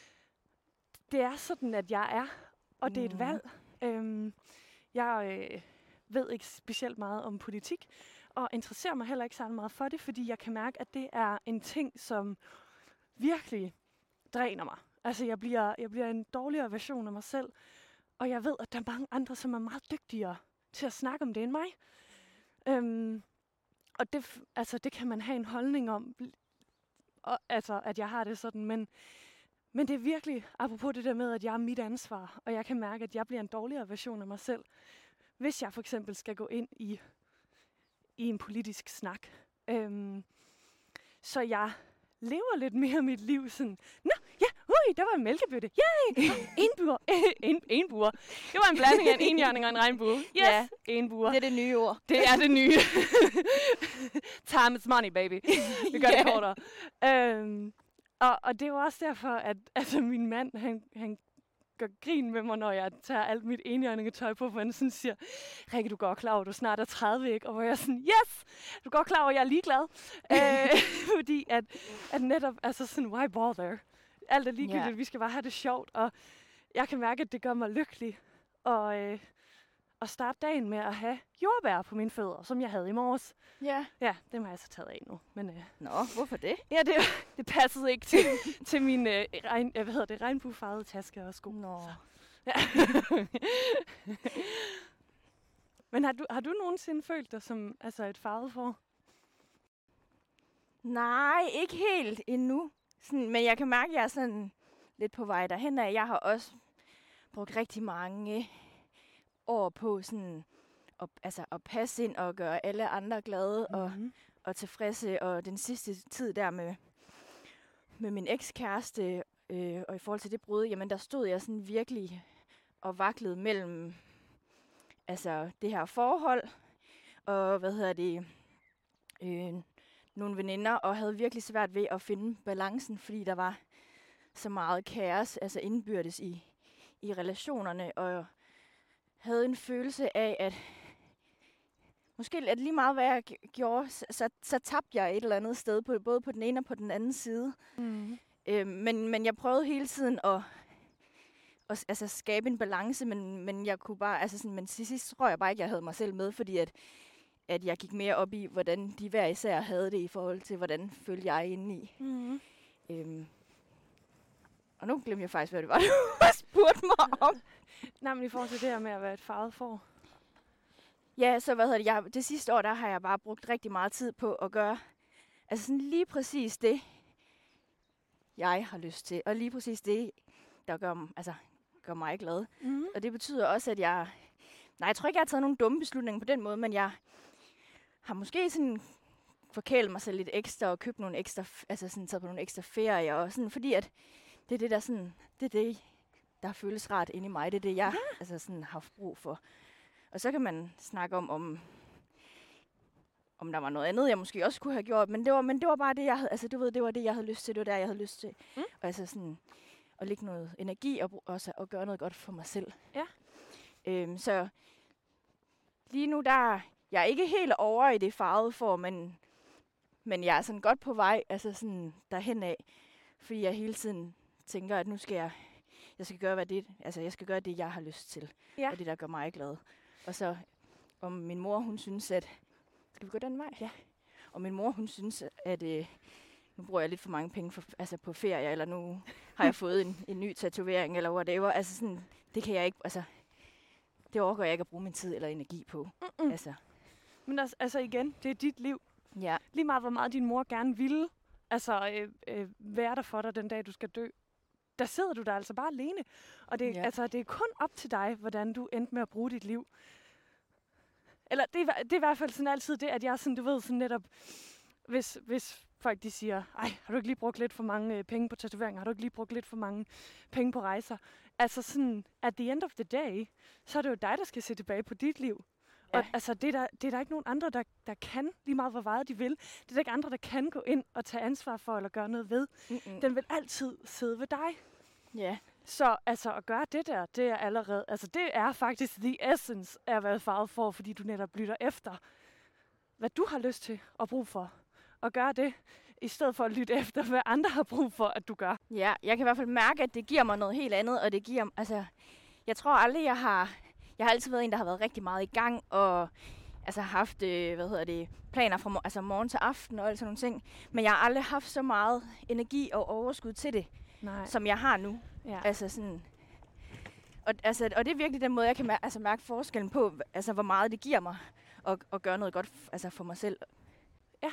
B: Det er sådan, at jeg er, og det er et
C: Mm.
B: valg. Øhm, jeg øh, ved ikke specielt meget om politik, og interesserer mig heller ikke særlig meget for det, fordi jeg kan mærke, at det er en ting, som virkelig dræner mig. Altså, jeg bliver, jeg bliver en dårligere version af mig selv, og jeg ved, at der er mange andre, som er meget dygtigere til at snakke om det end mig. Øhm, og det, f- altså, det kan man have en holdning om, og, altså, at jeg har det sådan, men, men det er virkelig, apropos det der med, at jeg er mit ansvar, og jeg kan mærke, at jeg bliver en dårligere version af mig selv, hvis jeg for eksempel skal gå ind i, i en politisk snak. Øhm, så jeg lever lidt mere mit liv sådan, nå, ja, ui, der var en mælkebøtte, yay, enbuer, en, enbuer. Det var en blanding af en enhjørning og en regnbue. Yes,
C: Ja.
B: enbuer.
C: Det er det nye ord.
B: Det er det nye. Time is money, baby. Vi gør
C: Ja.
B: det kortere. Øhm, og, og det er jo også derfor, at altså, min mand, han, han gør grin med mig, når jeg tager alt mit enhjørningetøj på, for han sådan siger, Rikke, du er godt klar over, du snart er tredive, ikke? Og hvor jeg er sådan, yes! Du er godt klar over, jeg er ligeglad. øh, fordi at, at netop, altså sådan, why bother? Alt er ligegyldigt,
C: Ja.
B: vi skal bare have det sjovt, og jeg kan mærke, at det gør mig lykkelig. Og, øh, at starte dagen med at have jordbær på mine fødder, som jeg havde i morges.
C: Ja.
B: Ja, dem har jeg så taget af nu. Men øh,
C: Nå, hvorfor det?
B: ja, det, det passede ikke til, til min øh, regn, øh, hvad hedder det, regnbuefarvede taske og sko.
C: Nå.
B: Ja. Men har du, har du nogensinde følt dig som altså et farvet får?
C: Nej, ikke helt endnu. Sådan, men jeg kan mærke, at jeg er sådan lidt på vej derhen af. Jeg har også brugt rigtig mange år på sådan at, altså at passe ind og gøre alle andre glade og,
B: Mm-hmm.
C: og tilfredse. Og den sidste tid der med, med min ekskæreste, øh, og i forhold til det brud, jamen der stod jeg sådan virkelig og vaklede mellem altså det her forhold og hvad hedder det, øh, nogle veninder, og havde virkelig svært ved at finde balancen, fordi der var så meget kaos, altså indbyrdes i, i relationerne, og havde en følelse af, at måske at lige meget hvad jeg g- gjorde, så, så, så tabte jeg et eller andet sted, på, både på den ene og på den anden side.
B: Mm-hmm.
C: Øh, men, men jeg prøvede hele tiden at, at s- altså, skabe en balance, men, men jeg kunne bare, altså sådan, men til sidst tror jeg bare ikke, jeg havde mig selv med, fordi at, at jeg gik mere op i, hvordan de hver især havde det i forhold til, hvordan følte jeg inde i.
B: Mm-hmm.
C: Øhm. Og nu glemte jeg faktisk, hvad det var, du spurgte mig om.
B: Nej, men i forhold til det her med at være et farvet får.
C: Ja, så hvad hedder det, jeg, det sidste år, der har jeg bare brugt rigtig meget tid på at gøre, altså sådan lige præcis det, jeg har lyst til, og lige præcis det, der gør, altså, gør mig glad.
B: Mm-hmm.
C: Og det betyder også, at jeg, nej, jeg tror ikke, jeg har taget nogle dumme beslutninger på den måde, men jeg har måske sådan forkælet mig selv lidt ekstra og købt nogle ekstra, f- altså sådan taget på nogle ekstra ferier og sådan, fordi at det er det, der sådan, det er det, der føles rart inde i mig. Det er det, jeg ja. altså sådan har haft brug for. Og så kan man snakke om, om, om der var noget andet, jeg måske også kunne have gjort, men det var, men det var bare det, jeg havde, altså du ved, det var det, jeg havde lyst til, det var der, jeg havde lyst til.
B: Mm.
C: Og altså sådan, at lægge noget energi og også at gøre noget godt for mig selv.
B: Ja.
C: Øhm, så lige nu, der jeg er ikke helt over i det farvede for, men, men jeg er sådan godt på vej, altså sådan derhen af, fordi jeg hele tiden tænker, at nu skal jeg, jeg skal gøre, hvad det, altså jeg skal gøre det, jeg har lyst til,
B: Ja.
C: og det, der gør mig glad. Og så, om min mor, hun synes, at, skal vi gå den vej? Ja. Og min mor, hun synes, at øh, nu bruger jeg lidt for mange penge for, altså på ferie, eller nu har jeg fået en, en ny tatovering, eller whatever. Altså sådan, det kan jeg ikke, altså, det overgår jeg ikke at bruge min tid eller energi på.
B: Mm-mm.
C: Altså,
B: Men altså, altså igen, det er dit liv.
C: ja.
B: Lige meget, hvor meget din mor gerne ville altså, øh, øh, være der for dig den dag, du skal dø. Der sidder du der altså bare alene. Og det,
C: Ja.
B: altså, det er kun op til dig, hvordan du endte med at bruge dit liv. Eller det er, det er i hvert fald sådan altid det, at jeg sådan, du ved, sådan netop hvis, hvis folk de siger, ej, har du ikke lige brugt lidt for mange øh, penge på tatoveringer? Har du ikke lige brugt lidt for mange penge på rejser? Altså sådan, at the end of the day, så er det jo dig, der skal se tilbage på dit liv. Ja. Og altså, det er, der, det er der ikke nogen andre, der, der kan, lige meget hvor meget de vil. Det er der ikke andre, der kan gå ind og tage ansvar for, eller gøre noget ved. Mm-mm. Den vil altid sidde ved dig.
C: Ja.
B: Så altså, at gøre det der, det er allerede, altså det er faktisk the essence af, hvad farvet får, fordi du netop lytter efter, hvad du har lyst til og brug for. Og gøre det, i stedet for at lytte efter, hvad andre har brug for, at du gør.
C: Ja, jeg kan i hvert fald mærke, at det giver mig noget helt andet, og det giver, altså, jeg tror aldrig, jeg har, jeg har altid været en, der har været rigtig meget i gang, og altså haft, øh, hvad hedder det, planer fra altså morgen til aften og alt sådan nogle ting. Men jeg har aldrig haft så meget energi og overskud til det, Nej. som jeg har nu. Ja. Altså sådan, og, altså, og det er virkelig den måde, jeg kan mær- altså, mærke forskellen på, altså hvor meget det giver mig at, at gøre noget godt f- altså, for mig selv.
B: Ja.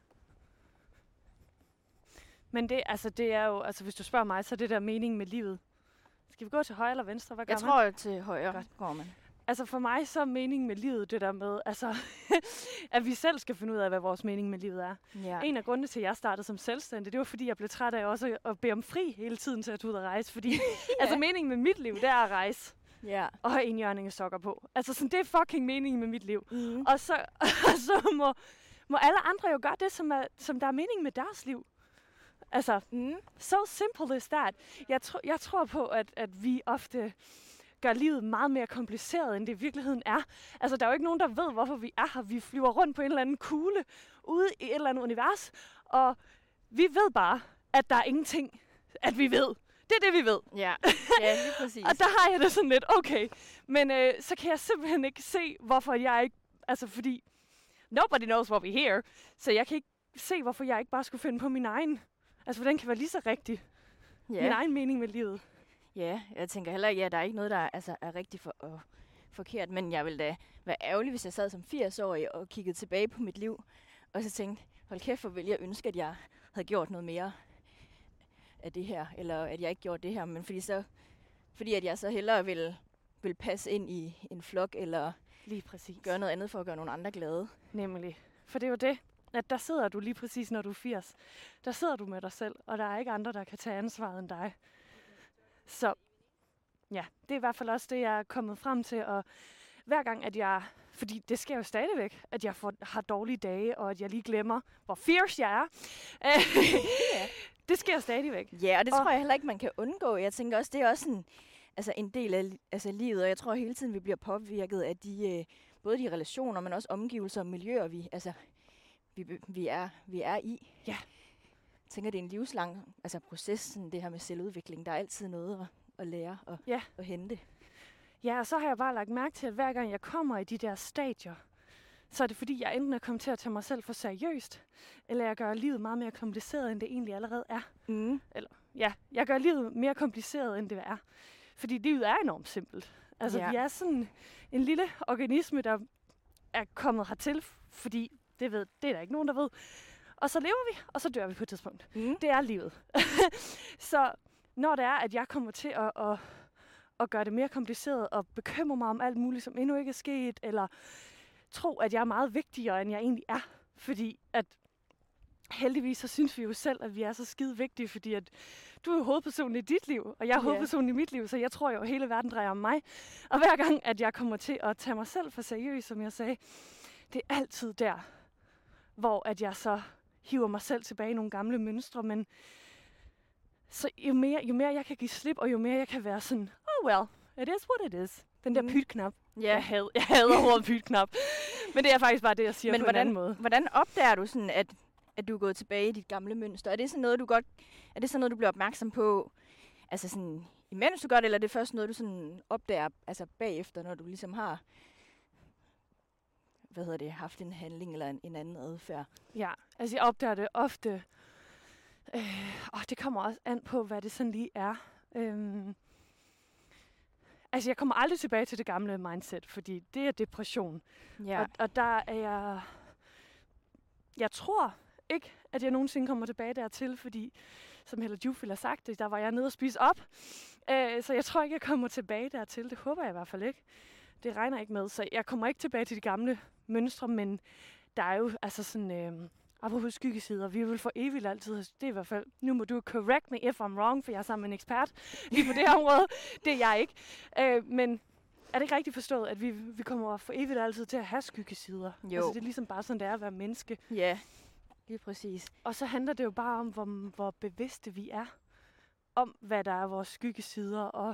B: Men det, altså, det er jo, altså hvis du spørger mig, så er det der mening med livet. Skal vi gå til højre eller venstre? Hvad gør
C: jeg
B: man?
C: tror til højre
B: Godt.
C: går man.
B: Altså for mig så er meningen med livet det der med, altså, at vi selv skal finde ud af, hvad vores mening med livet er. Ja. En af grundene til, at jeg startede som selvstændig, det var fordi, jeg blev træt af også at bede om fri hele tiden til at tage ud og rejse. Fordi ja. altså meningen med mit liv, det er at rejse. Ja. Og have enhjørninge sokker på. Altså sådan, det er fucking meningen med mit liv. Mm. Og så, og så må, må alle andre jo gøre det, som, er, som der er meningen med deres liv. Altså, mm. so simple is that. Jeg, tro, jeg tror på, at, at vi ofte gør livet meget mere kompliceret, end det i virkeligheden er. Altså, der er jo ikke nogen, der ved, hvorfor vi er her. Vi flyver rundt på en eller anden kugle ude i et eller andet univers, og vi ved bare, at der er ingenting, at vi ved. Det er det, vi ved.
C: Ja, ja lige præcis.
B: Og der har jeg det sådan lidt, okay. Men øh, så kan jeg simpelthen ikke se, hvorfor jeg ikke... Altså, fordi nobody knows what we hear, så jeg kan ikke se, hvorfor jeg ikke bare skulle finde på min egen... Altså, hvordan kan være lige så rigtig? Yeah. Min egen mening med livet.
C: Ja, jeg tænker heller ikke, at der er ikke noget, der altså, er rigtig for, uh, forkert. Men jeg ville da være ærgerlig, hvis jeg sad som firs-årig og kiggede tilbage på mit liv. Og så tænkte, hold kæft, hvor ville jeg ønske, at jeg havde gjort noget mere af det her. Eller at jeg ikke gjorde det her. Men fordi, så, fordi at jeg så hellere ville, ville passe ind i en flok, eller
B: lige præcis.
C: Gøre noget andet for at gøre nogle andre glade.
B: Nemlig. For det er jo det. At der sidder du lige præcis, når du er firs. Der sidder du med dig selv, og der er ikke andre, der kan tage ansvaret end dig. Så ja, det er i hvert fald også det, jeg er kommet frem til. Og hver gang, at jeg... Fordi det sker jo stadigvæk, at jeg får, har dårlige dage, og at jeg lige glemmer, hvor fierce jeg er. yeah. Det sker stadigvæk.
C: Ja, og det og tror jeg heller ikke, man kan undgå. Jeg tænker også, det er også en, altså en del af altså livet, og jeg tror hele tiden, vi bliver påvirket af de, både de relationer, men også omgivelser og miljøer, vi... Altså, Vi, vi, er, vi er i.
B: Ja.
C: Jeg tænker, det er en livslang altså proces, sådan det her med selvudvikling. Der er altid noget at, at lære og
B: ja.
C: at hente.
B: Ja, og så har jeg bare lagt mærke til, at hver gang jeg kommer i de der stadier, så er det fordi, jeg enten er kommet til at tage mig selv for seriøst, eller jeg gør livet meget mere kompliceret, end det egentlig allerede er. Mm. Eller ja, jeg gør livet mere kompliceret, end det er. Fordi livet er enormt simpelt. Altså, ja. vi er sådan en lille organisme, der er kommet hertil, fordi Det, ved, det er der ikke nogen, der ved. Og så lever vi, og så dør vi på et tidspunkt. Mm. Det er livet. Så når det er, at jeg kommer til at, at, at gøre det mere kompliceret, og bekymre mig om alt muligt, som endnu ikke er sket, eller tro, at jeg er meget vigtigere, end jeg egentlig er. Fordi at heldigvis, så synes vi jo selv, at vi er så skide vigtige, fordi at du er hovedpersonen i dit liv, og jeg er yeah. hovedpersonen i mit liv, så jeg tror jo, at hele verden drejer om mig. Og hver gang, at jeg kommer til at tage mig selv for seriøst, som jeg sagde, det er altid der, hvor at jeg så hiver mig selv tilbage i nogle gamle mønstre, men så jo mere, jo mere jeg kan give slip, og jo mere jeg kan være sådan, oh well, it is what it is. Den der mm. pytknap.
C: Yeah.
B: Jeg hader, jeg hader ordet pytknap. Men det er faktisk bare det, jeg siger
C: men
B: på
C: hvordan,
B: en anden måde.
C: Hvordan opdager du sådan, at, at du er gået tilbage i dit gamle mønster? Er det sådan noget, du godt, er det sådan noget, du bliver opmærksom på, altså sådan, imens du gør det, eller er det først noget, du sådan opdager altså bagefter, når du ligesom har hvad hedder det, haft en handling eller en, en anden adfærd?
B: Ja, altså jeg opdager det ofte. Øh, og det kommer også an på, hvad det sådan lige er. Øhm, altså jeg kommer aldrig tilbage til det gamle mindset, fordi det er depression. Ja. Og, og der er jeg... Jeg tror ikke, at jeg nogensinde kommer tilbage dertil, fordi, som Hella Juf ville have sagt det, der var jeg nede og spise op. Øh, så jeg tror ikke, jeg kommer tilbage dertil. Det håber jeg i hvert fald ikke. Det regner ikke med, så jeg kommer ikke tilbage til de gamle mønstre, men der er jo altså sådan, øh, apropos skyggesider, vi vil for evigt altid, det er i hvert fald, nu må du correct me if I'm wrong, for jeg er sammen med en ekspert lige på det her område. Det er jeg ikke. Øh, men er det ikke rigtigt forstået, at vi, vi kommer for evigt altid til at have skyggesider?
C: Jo.
B: Altså det er ligesom bare sådan, det er at være menneske.
C: Ja, lige præcis.
B: Og så handler det jo bare om, hvor, hvor bevidste vi er om, hvad der er vores skyggesider. Og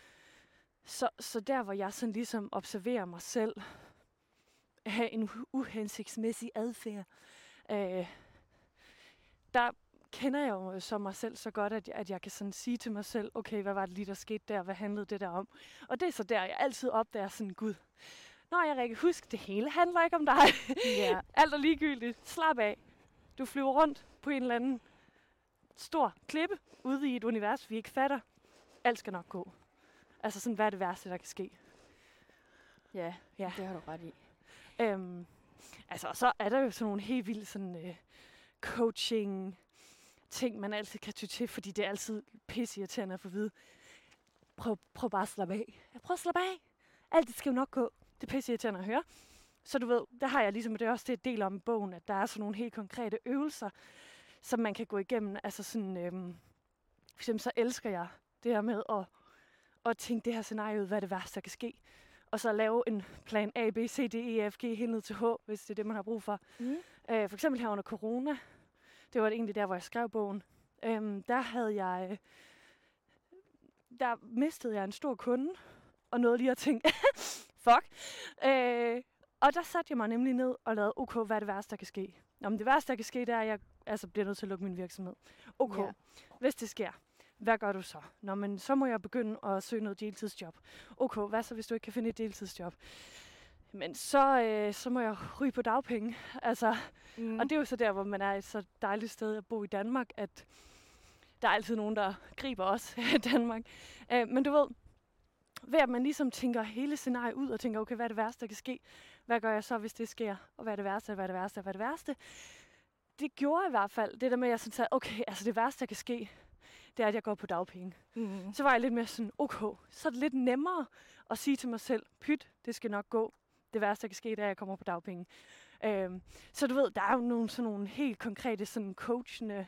B: så, så der, hvor jeg sådan ligesom observerer mig selv, have en uhensigtsmæssig adfærd, øh, der kender jeg jo så mig selv så godt, at jeg, at jeg kan sådan sige til mig selv, okay, hvad var det lige, der skete der? Hvad handlede det der om? Og det er så der, jeg altid opdager sådan, Gud, nå, jeg Rikke, husk, det hele handler ikke om dig.
C: Ja.
B: Alt er ligegyldigt. Slap af. Du flyver rundt på en eller anden stor klippe ude i et univers, vi ikke fatter. Alt skal nok gå. Altså sådan, hvad er det værste, der kan ske?
C: Ja,
B: Ja.
C: det har du ret i.
B: Øhm, altså, og så er der jo sådan nogle helt vilde sådan, øh, coaching ting, man altid kan ty til, fordi det er altid pisseirriterende at få at vide. Prøv, prøv bare at slappe af. Ja, prøv at slappe af. Alt det skal jo nok gå. Det er pisseirriterende at høre. Så du ved, der har jeg ligesom, og det er også det, jeg deler om i bogen, at der er sådan nogle helt konkrete øvelser, som man kan gå igennem. Altså sådan, øhm, for eksempel så elsker jeg det her med at, at tænke det her scenarie ud, hvad er det værste, der kan ske. Og så lave en plan A, B, C, D, E, F, G, helt ned til H, hvis det er det, man har brug for.
C: Mm.
B: Øh, for eksempel her under corona, det var det egentlig der, hvor jeg skrev bogen. Øhm, der havde jeg, der mistede jeg en stor kunde, og nåede lige at tænke, fuck. Øh, og der satte jeg mig nemlig ned og lavede, okay, hvad er det værste, der kan ske? Nå, men det værste, der kan ske, det er, at jeg altså, bliver nødt til at lukke min virksomhed. Okay,
C: Ja.
B: hvis det sker, hvad gør du så? Nå, men så må jeg begynde at søge noget deltidsjob. Okay, hvad så, hvis du ikke kan finde et deltidsjob? Men så, øh, så må jeg ryge på dagpenge. Altså,
C: Mm.
B: og det er jo så der, hvor man er et så dejligt sted at bo i Danmark, at der er altid nogen, der griber os i Danmark. Øh, men du ved, ved at man ligesom tænker hele scenariet ud og tænker, okay, hvad er det værste, der kan ske? Hvad gør jeg så, hvis det sker? Og hvad er det værste, hvad er det værste, hvad er det værste? Det gjorde i hvert fald det der med, at jeg sådan sagde, okay, altså det værste, der kan ske, det er, at jeg går på dagpenge.
C: Mm.
B: Så var jeg lidt mere sådan, okay, så er det lidt nemmere at sige til mig selv, pyt, det skal nok gå. Det værste, der kan ske, det er, at jeg kommer på dagpenge. Øhm, så du ved, der er jo nogle, sådan nogle helt konkrete sådan coachende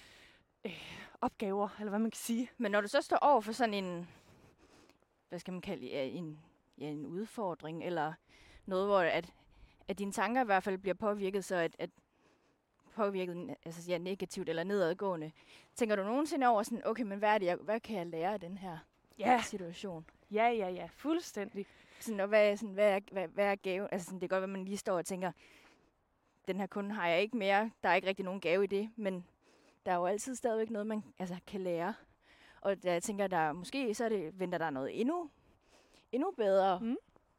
B: øh, opgaver, eller hvad man kan sige.
C: Men når du så står over for sådan en, hvad skal man kalde det, en, ja, en udfordring, eller noget, hvor at, at dine tanker i hvert fald bliver påvirket, så at, at påvirket altså, ja, negativt eller nedadgående, tænker du nogensinde over sådan, okay, men hvad, er det, jeg, hvad kan jeg lære af den her
B: Ja,
C: situation?
B: ja, ja, ja, fuldstændig.
C: Sådan, og hvad, er, sådan, hvad, er, hvad, hvad er gave? Altså, sådan, det kan godt være, at man lige står og tænker, den her kunde har jeg ikke mere, der er ikke rigtig nogen gave i det, men der er jo altid stadigvæk noget, man altså, kan lære. Og jeg tænker, der måske så er det, venter der noget endnu, endnu bedre.
B: Mm.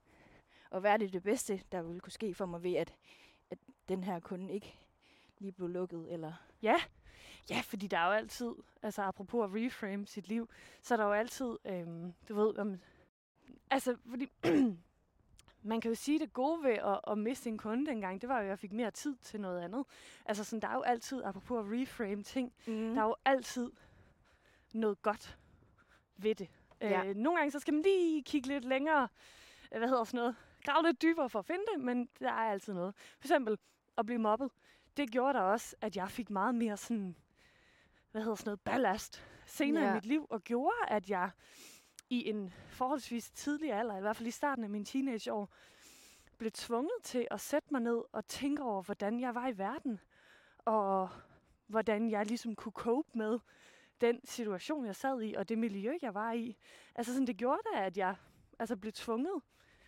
C: Og hvad er det det bedste, der ville kunne ske for mig ved, at, at den her kunde ikke lige blev lukket? Eller?
B: Ja, ja, fordi der er jo altid, altså apropos at reframe sit liv, så er der jo altid, øhm, du ved, um, altså fordi man kan jo sige, det gode ved at, at miste en kunde dengang, det var jo, at jeg fik mere tid til noget andet. Altså sådan, der er jo altid, apropos at reframe ting,
C: Mm.
B: der er jo altid noget godt ved det.
C: Ja.
B: Øh, nogle gange så skal man lige kigge lidt længere, øh, hvad hedder sådan noget, grave lidt dybere for at finde det, men der er altid noget. For eksempel at blive mobbet, det gjorde der også, at jeg fik meget mere sådan, hvad hedder sådan noget, ballast senere
C: Ja.
B: i mit liv, og gjorde, at jeg i en forholdsvis tidlig alder, i hvert fald i starten af mine teenageår, blev tvunget til at sætte mig ned og tænke over, hvordan jeg var i verden, og hvordan jeg ligesom kunne cope med den situation, jeg sad i, og det miljø, jeg var i. Altså sådan, det gjorde da, at jeg altså, blev tvunget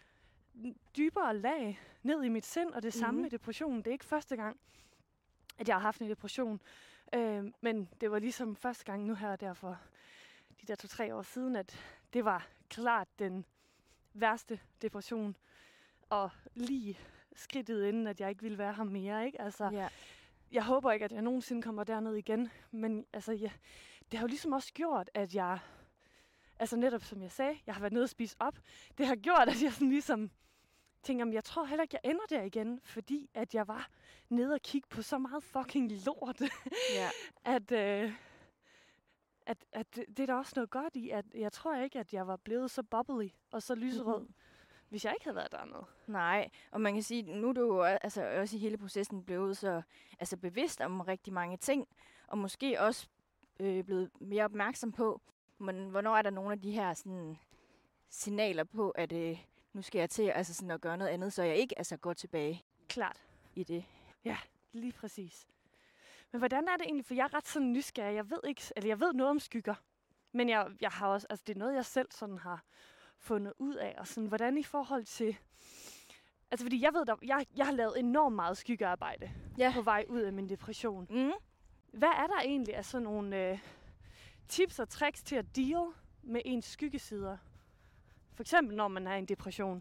B: dybere lag ned i mit sind, og det samme
C: Mhm.
B: med depressionen. Det er ikke første gang, at jeg har haft en depression, øh, men det var ligesom første gang nu her, der for de der to-tre år siden, at det var klart den værste depression, og lige skridtet inden, at jeg ikke ville være her mere, ikke? Altså,
C: Ja.
B: jeg håber ikke, at jeg nogensinde kommer derned igen, men altså, ja, det har jo ligesom også gjort, at jeg, altså netop som jeg sagde, jeg har været nede og spise op, det har gjort, at jeg sådan ligesom tænker, men jeg tror heller ikke, jeg ender der igen, fordi at jeg var nede og kigge på så meget fucking lort,
C: Ja.
B: at, øh, at, at det, det er der også noget godt i, at jeg tror ikke, at jeg var blevet så bubbly og så lyserød,
C: Mhm.
B: hvis jeg ikke havde været dernede.
C: Nej, og man kan sige, nu er du jo altså, også i hele processen blevet så altså, bevidst om rigtig mange ting, og måske også øh, blevet mere opmærksom på, men hvornår er der nogle af de her sådan, signaler på, at øh, nu skal jeg til altså, sådan, at gøre noget andet, så jeg ikke altså, går tilbage
B: Klart.
C: i det.
B: Ja, lige præcis. Men hvordan er det egentlig, for jeg er ret sådan nysgerrig. Jeg ved ikke, eller jeg ved noget om skygger, men jeg, jeg har også, altså det er noget, jeg selv sådan har fundet ud af, og sådan, hvordan i forhold til, altså fordi jeg ved, der, jeg, jeg har lavet enormt meget skyggearbejde
C: Ja.
B: på vej ud af min depression.
C: Mm.
B: Hvad er der egentlig af sådan nogle øh, tips og tricks til at deal med ens skyggesider? For eksempel, når man er i en depression.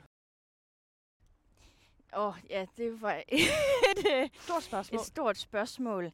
C: Åh, oh, ja, det var et, øh,
B: Stort spørgsmål.
C: et stort spørgsmål.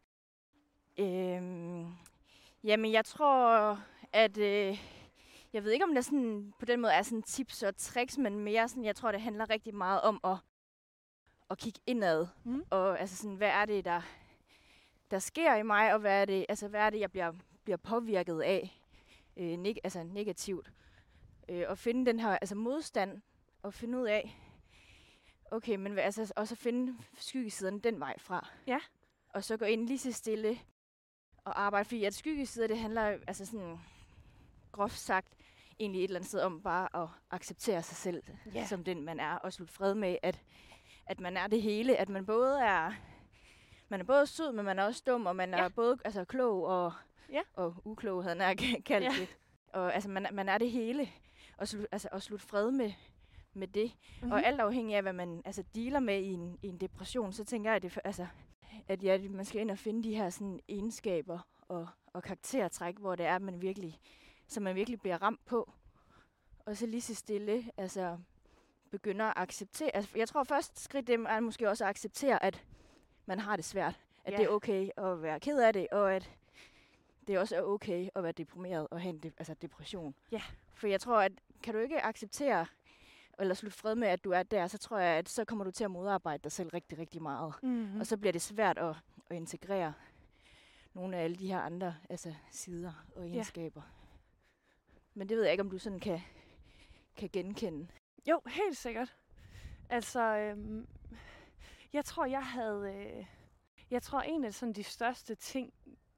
C: Øhm, jamen, jeg tror, at... Øh, jeg ved ikke, om der sådan, på den måde er sådan tips og tricks, men mere sådan, jeg tror, det handler rigtig meget om at, at kigge indad.
B: Mm.
C: Og altså sådan, hvad er det, der, der sker i mig, og hvad er det, altså, hvad er det jeg bliver, bliver påvirket af øh, neg- altså negativt. Øh, og finde den her altså, modstand, og finde ud af, okay, men hvad, altså, også finde skyggesiderne den vej fra.
B: Ja.
C: Og så gå ind lige så stille og arbejde, fordi at skyggesider, det handler altså sådan groft sagt egentlig et eller andet sted om bare at acceptere sig selv,
B: Ja.
C: som den man er, og slutte fred med, at, at man er det hele, at man både er man er både sød, men man er også dum, og man
B: Ja.
C: er både altså, klog og,
B: Ja.
C: og uklog, havde han kaldt
B: Ja.
C: det. Og altså, man, man er det hele, og, slu, altså, og slutte fred med, med det.
B: Mm-hmm.
C: Og alt afhængig af, hvad man altså, dealer med i en, i en depression, så tænker jeg, at, det, altså, at ja, man skal ind og finde de her sådan, egenskaber og, og karaktertræk, hvor det er, at man virkelig, så man virkelig bliver ramt på. Og så lige så stille altså, begynder at acceptere. Altså, jeg tror først skridt det er måske også at acceptere, at man har det svært. At
B: Ja.
C: det er okay at være ked af det, og at det også er okay at være deprimeret og have en de, altså depression.
B: Ja.
C: For jeg tror, at kan du ikke acceptere eller slutte fred med, at du er der, så tror jeg, at så kommer du til at modarbejde dig selv rigtig, rigtig meget.
B: Mm-hmm.
C: Og så bliver det svært at, at integrere nogle af alle de her andre altså, sider og egenskaber. Ja. Men det ved jeg ikke, om du sådan kan, kan genkende.
B: Jo, helt sikkert. Altså, øhm, jeg tror, jeg havde... Øh, jeg tror, en af sådan, de største ting,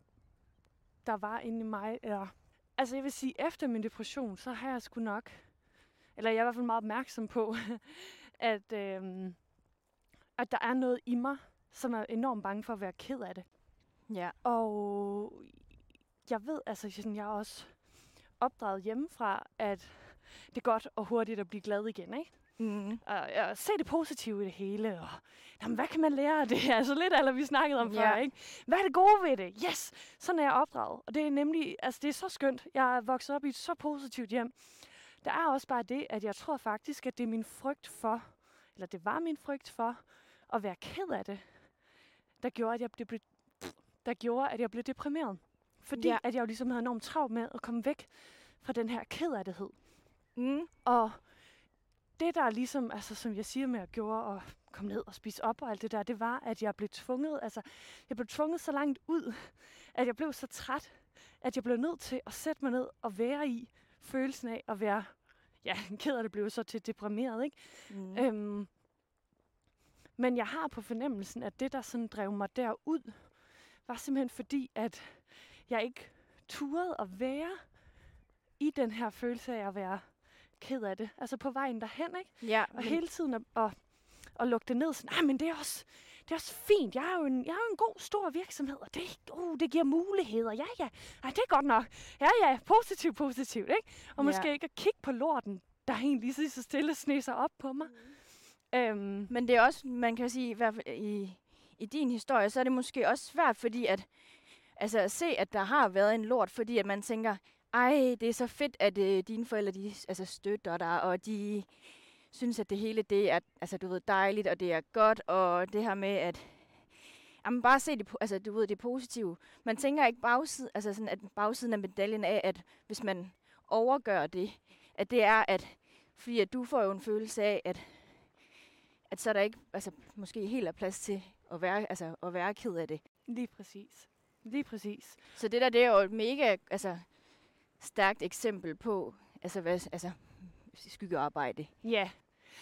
B: der var inde i mig, er... Altså, jeg vil sige, efter min depression, så har jeg sgu nok... Eller jeg er i hvert fald meget opmærksom på, at, øhm, at der er noget i mig, som er enormt bange for at være ked af det.
C: Ja.
B: Og jeg ved, altså, sådan, jeg er også opdraget hjemmefra, at det er godt og hurtigt at blive glad igen, ikke?
C: Mm.
B: Og, og se det positive i det hele, og jamen, hvad kan man lære af det? Altså lidt eller vi snakkede om
C: Ja.
B: før, ikke? Hvad er det gode ved det? Yes! Sådan er jeg opdraget. Og det er nemlig, altså det er så skønt. Jeg er vokset op i et så positivt hjem. Der er også bare det, at jeg tror faktisk, at det er min frygt for, eller det var min frygt for, at være ked af det, der gjorde, at jeg blev, der gjorde, at jeg blev deprimeret. Fordi
C: Ja.
B: at jeg jo ligesom havde enormt travlt med at komme væk fra den her kedattighed.
C: Mm.
B: Og det der ligesom, altså som jeg siger med at gjorde og komme ned og spise op og alt det der, det var, at jeg blev tvunget, altså jeg blev tvunget så langt ud, at jeg blev så træt, at jeg blev nødt til at sætte mig ned og være i følelsen af at være, ja, ked af det blev så til deprimeret, ikke?
C: Mm.
B: Øhm, men jeg har på fornemmelsen, at det der sådan drev mig derud, var simpelthen fordi, at jeg ikke turede at være i den her følelse af at være ked af det. Altså på vejen derhen, ikke?
C: Ja,
B: Og hele tiden at, at, at lukke det ned. Sådan, nej, men det er også, det er også fint. Jeg er jo en, jeg er jo en god, stor virksomhed, og det, uh, det giver muligheder. Ja, ja. Ej, det er godt nok. Ja, ja. Positivt, positivt, ikke? Og
C: Ja.
B: måske ikke at kigge på lorten, der egentlig lige så stille sne sig op på mig. Mm. Øhm,
C: Men det er også, man kan sige, i, hvert fald i, i din historie, så er det måske også svært, fordi at, altså at se, at der har været en lort, fordi at man tænker, ej, det er så fedt, at øh, dine forældre, de altså, støtter dig, og de synes, at det hele, det er, altså, du ved, dejligt, og det er godt, og det her med, at jamen, bare se det, altså, du ved, det positive. Man tænker ikke bagsiden, altså sådan, at bagsiden af medaljen af, at hvis man overgør det, at det er, at fordi at du får jo en følelse af, at at så er der ikke, altså måske helt er plads til at være, altså at være ked af det.
B: lige præcis. Lige præcis.
C: Så det der, det er jo et mega, altså stærkt eksempel på, altså hvad, altså skyggearbejde.
B: Ja.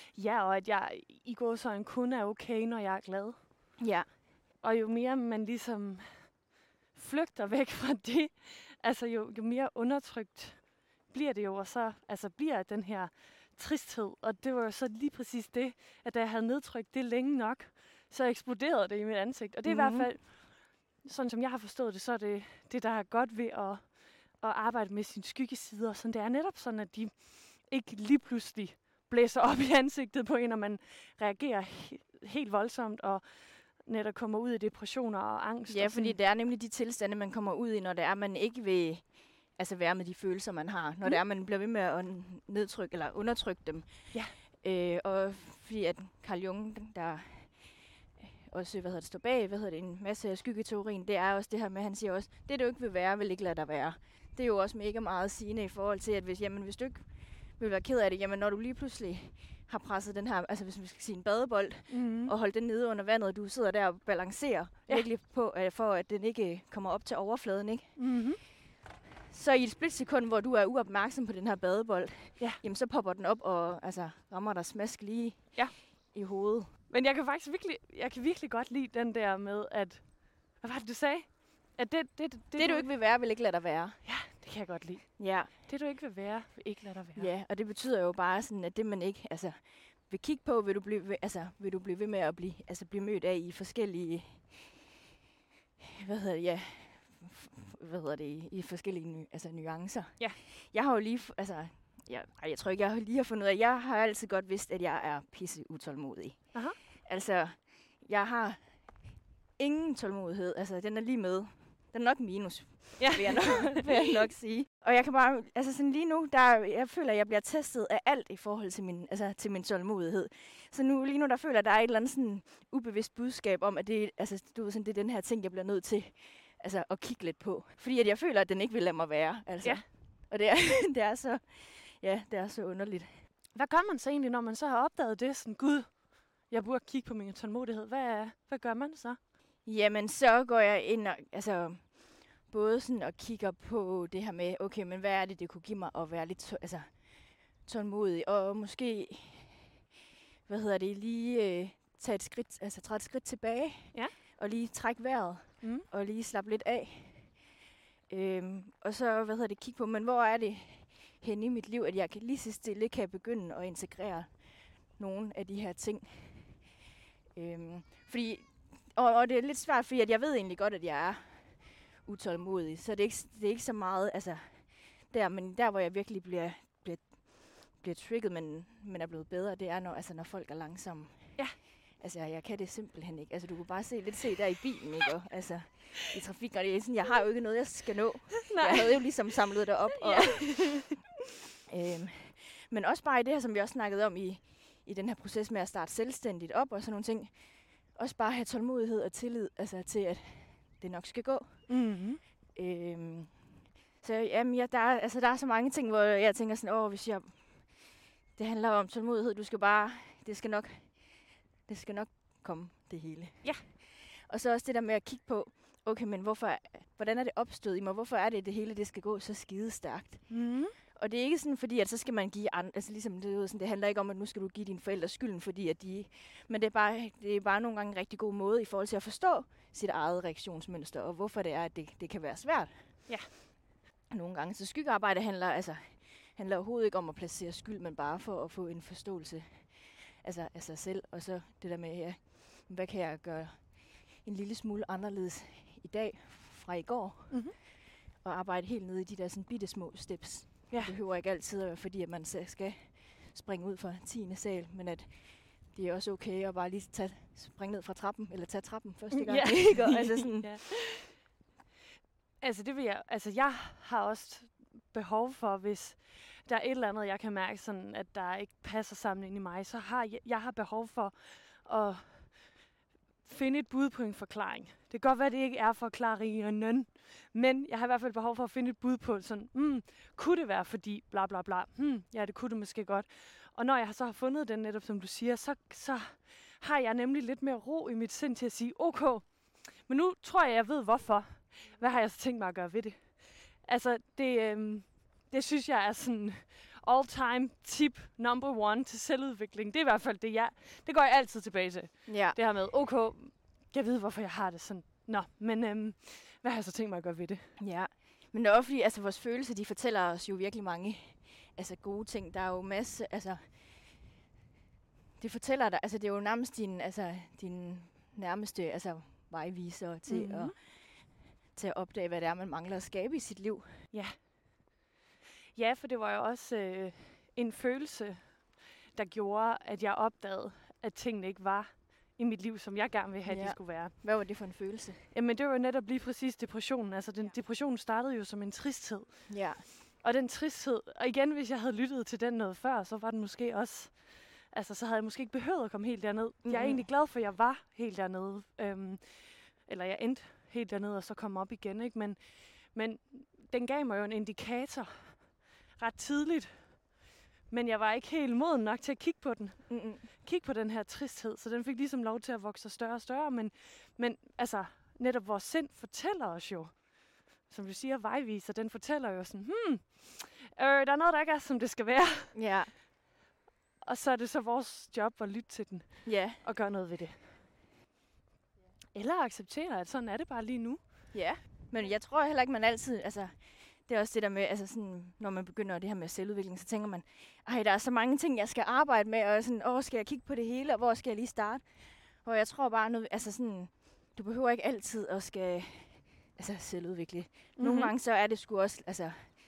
B: Ja, og at jeg i gåseøjne kun er okay, når jeg er glad.
C: Ja.
B: Og jo mere man ligesom flygter væk fra det, altså jo, jo mere undertrykt bliver det jo, og så altså bliver den her tristhed. Og det var jo så lige præcis det, at da jeg havde nedtrykt det længe nok, så eksploderede det i mit ansigt. Og det er mm-hmm. i hvert fald, sådan som jeg har forstået det, så er det det, der er godt ved at, at arbejde med sine skyggesider. Så det er netop sådan, at de ikke lige pludselig blæser op i ansigtet på en, når man reagerer he- helt voldsomt og netop kommer ud i depressioner og angst.
C: Ja,
B: og
C: fordi det er nemlig de tilstande, man kommer ud i, når det er, man ikke vil altså være med de følelser, man har. Når mm. det er, man bliver ved med at nedtrykke eller undertrykke dem.
B: Ja.
C: Øh, og fordi at Carl Jung, der også hvad hedder det, står bag hvad hedder det, en masse af skyggeteorien, det er også det her med, han siger også, det du ikke vil være, vil ikke lade dig være. Det er jo også mega meget sigende i forhold til, at hvis, jamen, hvis du ikke vil være ked af det, jamen når du lige pludselig har presset den her, altså hvis vi skal sige en badebold, mm-hmm. og holde den nede under vandet, og du sidder der og balancerer ja. virkelig på, uh, for at den ikke kommer op til overfladen, ikke? Mm-hmm. Så i et splitsekund, hvor du er uopmærksom på den her badebold, ja. jamen så popper den op og altså, rammer dig smask lige ja. i hovedet.
B: Men jeg kan faktisk virkelig, jeg kan virkelig godt lide den der med, at, hvad var det, du sagde? At det, det, det, det,
C: det du ikke vil være, vil ikke lade dig være.
B: Ja, det kan jeg godt lide.
C: Ja.
B: Det du ikke vil være, vil ikke lade dig være.
C: Ja, og det betyder jo bare sådan, at det man ikke altså, vil kigge på, vil du blive ved, altså, vil du blive ved med at blive, altså, blive mødt af i forskellige, hvad hedder det, ja, hvad hedder det, i, i forskellige ny, altså, nuancer.
B: Ja.
C: Jeg har jo lige, altså, jeg, jeg tror ikke, jeg lige har fundet ud af, jeg har altid godt vidst, at jeg er pisse utålmodig. Aha. Altså, jeg har ingen tålmodighed, altså, den er lige med. Den er nok minus, ja. vil, jeg nok, vil jeg nok sige. Og jeg kan bare, altså sådan lige nu, der, jeg føler, at jeg bliver testet af alt i forhold til min, altså, til min tålmodighed. Så nu, lige nu, der føler jeg, at der er et eller andet sådan ubevidst budskab om, at det, altså, du ved, sådan, det er den her ting, jeg bliver nødt til altså, at kigge lidt på. Fordi at jeg føler, at den ikke vil lade mig være. Altså. Ja. Og det er, det er så, ja, det er så underligt.
B: Hvad gør man så egentlig, når man så har opdaget det? Sådan, gud, jeg burde kigge på min tålmodighed. Hvad, hvad gør man så?
C: Jamen, så går jeg ind og, altså, både sådan og kigger på det her med, okay, men hvad er det, det kunne give mig at være lidt tå- altså, tålmodig, og måske, hvad hedder det, lige øh, tage et skridt, altså træde et skridt tilbage, ja. og lige trække vejret, mm. og lige slappe lidt af. Øhm, og så, hvad hedder det, kigge på, men hvor er det henne i mit liv, at jeg kan lige så stille kan begynde at integrere nogle af de her ting. Øhm, fordi Og, og det er lidt svært, fordi at jeg ved egentlig godt, at jeg er utålmodig. Så det er ikke, det er ikke så meget, altså, der, men der, hvor jeg virkelig bliver, bliver, bliver trigget, men, men er blevet bedre, det er, når, altså, når folk er langsomme. Ja. Altså, jeg kan det simpelthen ikke. Altså, du kunne bare se lidt se der i bilen, ikke? Og, altså, i trafikken, og det er sådan, jeg har jo ikke noget, jeg skal nå. Nej. Jeg havde jo ligesom samlet det op. Og, ja. øhm, men også bare i det her, som vi også snakkede om i, i den her proces med at starte selvstændigt op og sådan nogle ting. Også bare have tålmodighed og tillid altså, til, at det nok skal gå. Mm-hmm. Øhm, så jamen, ja, der, er, altså, der er så mange ting, hvor jeg tænker sådan, åh, hvis jeg... Det handler om tålmodighed. Du skal bare... Det skal nok... Det skal nok komme, det hele. Ja. Og så også det der med at kigge på, okay, men hvorfor... Hvordan er det opstået i mig? Hvorfor er det, det hele det skal gå så skide stærkt? Mm-hmm. Og det er ikke sådan, fordi at så skal man give andre, altså ligesom det, sådan, det handler ikke om, at nu skal du give dine forældre skylden, fordi at de, men det er bare, det er bare nogle gange en rigtig god måde i forhold til at forstå sit eget reaktionsmønster, og hvorfor det er, at det, det kan være svært. Ja. Nogle gange. Så skyggearbejde handler, altså, handler overhovedet ikke om at placere skyld, men bare for at få en forståelse altså, af sig selv. Og så det der med, ja, hvad kan jeg gøre en lille smule anderledes i dag fra i går, mm-hmm. og arbejde helt ned i de der sådan bitte små steps. Ja. Det behøver ikke altid at være, fordi at man skal springe ud fra tiende sal, men at det er også okay at bare lige tage, springe ned fra trappen, eller tage trappen første gang. Ja. Ikke? Altså, sådan. Ja.
B: altså det vil jeg, altså jeg har også behov for, hvis der er et eller andet, jeg kan mærke, sådan, at der ikke passer sammen ind i mig, så har jeg, jeg har behov for at finde et bud på en forklaring. Det kan godt være, at det ikke er forklaringen, men jeg har i hvert fald behov for at finde et bud på, sådan, hmm, kunne det være fordi, bla bla bla, hmm, ja, det kunne det måske godt. Og når jeg så har fundet den netop, som du siger, så, så har jeg nemlig lidt mere ro i mit sind til at sige, okay, men nu tror jeg, jeg ved hvorfor. Hvad har jeg så tænkt mig at gøre ved det? Altså, det, øhm, det synes jeg er sådan all-time tip number one til selvudvikling. Det er i hvert fald det, jeg... Det går jeg altid tilbage til.
C: Ja.
B: Det her med, okay, jeg ved, hvorfor jeg har det sådan. Nå, men øhm, hvad har jeg så tænkt mig at gøre ved det?
C: Ja, men det er også fordi, altså vores følelser, de fortæller os jo virkelig mange altså, gode ting. Der er jo masse, altså... Det fortæller dig, altså det er jo nærmest din, altså, din nærmeste altså, vejviser til, mm-hmm. at, til at opdage, hvad det er, man mangler at skabe i sit liv.
B: Ja. Ja, for det var jo også øh, en følelse, der gjorde, at jeg opdagede, at tingene ikke var i mit liv, som jeg gerne ville have, ja. de skulle være.
C: Hvad var det for en følelse?
B: Jamen, det var jo netop lige præcis depressionen. Altså, den ja. depression startede jo som en tristhed.
C: Ja.
B: Og den tristhed, og igen, hvis jeg havde lyttet til den noget før, så var den måske også... Altså, så havde jeg måske ikke behøvet at komme helt derned. Mm-hmm. Jeg er egentlig glad for, at jeg var helt dernede. Øhm, eller jeg endte helt dernede, og så kom op igen, ikke? Men, men den gav mig jo en indikator ret tidligt. Men jeg var ikke helt moden nok til at kigge på den. Mm-hmm. Kigge på den her tristhed. Så den fik ligesom lov til at vokse større og større. Men, men altså, netop vores sind fortæller os jo, som du siger, vejviser, den fortæller jo sådan, hmm, øh, der er noget, der ikke er, som det skal være.
C: Ja.
B: Og så er det så vores job at lytte til den.
C: Ja.
B: Og gøre noget ved det. Eller acceptere, at sådan er det bare lige nu.
C: Ja, men jeg tror heller ikke, man altid... Altså, det er også det der med, altså sådan, når man begynder det her med selvudvikling, så tænker man, ej, der er så mange ting, jeg skal arbejde med, og sådan, åh, skal jeg kigge på det hele, og hvor skal jeg lige starte? Og jeg tror bare, noget, altså sådan, du behøver ikke altid at skal altså, selvudvikle. Mm-hmm. Nogle gange så er det sgu også altså,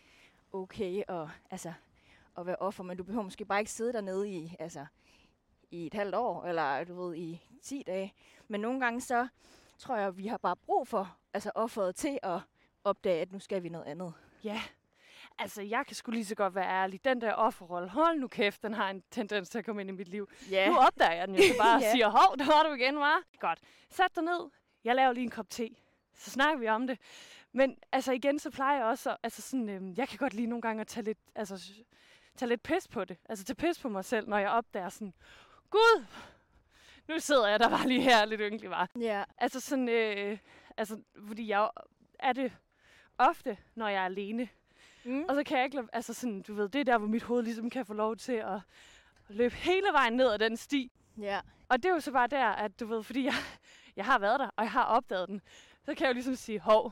C: okay at, altså, at være offer, men du behøver måske bare ikke sidde dernede i, altså, i et halvt år, eller du ved, i ti dage. Men nogle gange så tror jeg, at vi har bare brug for altså, offeret til at opdage, at nu skal vi noget andet.
B: Ja, altså jeg kan sgu lige så godt være ærlig. Den der offerrolle, hold nu kæft, den har en tendens til at komme ind i mit liv.
C: Yeah.
B: Nu opdager jeg den jo, så bare yeah. siger, hov, der var du igen, hva'? Godt, sat dig ned, jeg laver lige en kop te, så snakker vi om det. Men altså igen, så plejer jeg også, altså sådan, øhm, jeg kan godt lide nogle gange at tage lidt, altså, tage lidt pis på det. Altså tage pis på mig selv, når jeg opdager sådan, gud, nu sidder jeg der bare lige her lidt ynkelig, var.
C: Ja. Yeah.
B: Altså sådan, øh, altså, fordi jeg er det ofte, når jeg er alene. Mm. Og så kan jeg ikke, altså sådan, du ved, det er der, hvor mit hoved ligesom kan få lov til at løbe hele vejen ned ad den sti.
C: Ja. Yeah.
B: Og det er jo så bare der, at du ved, fordi jeg, jeg har været der, og jeg har opdaget den, så kan jeg jo ligesom sige, hov,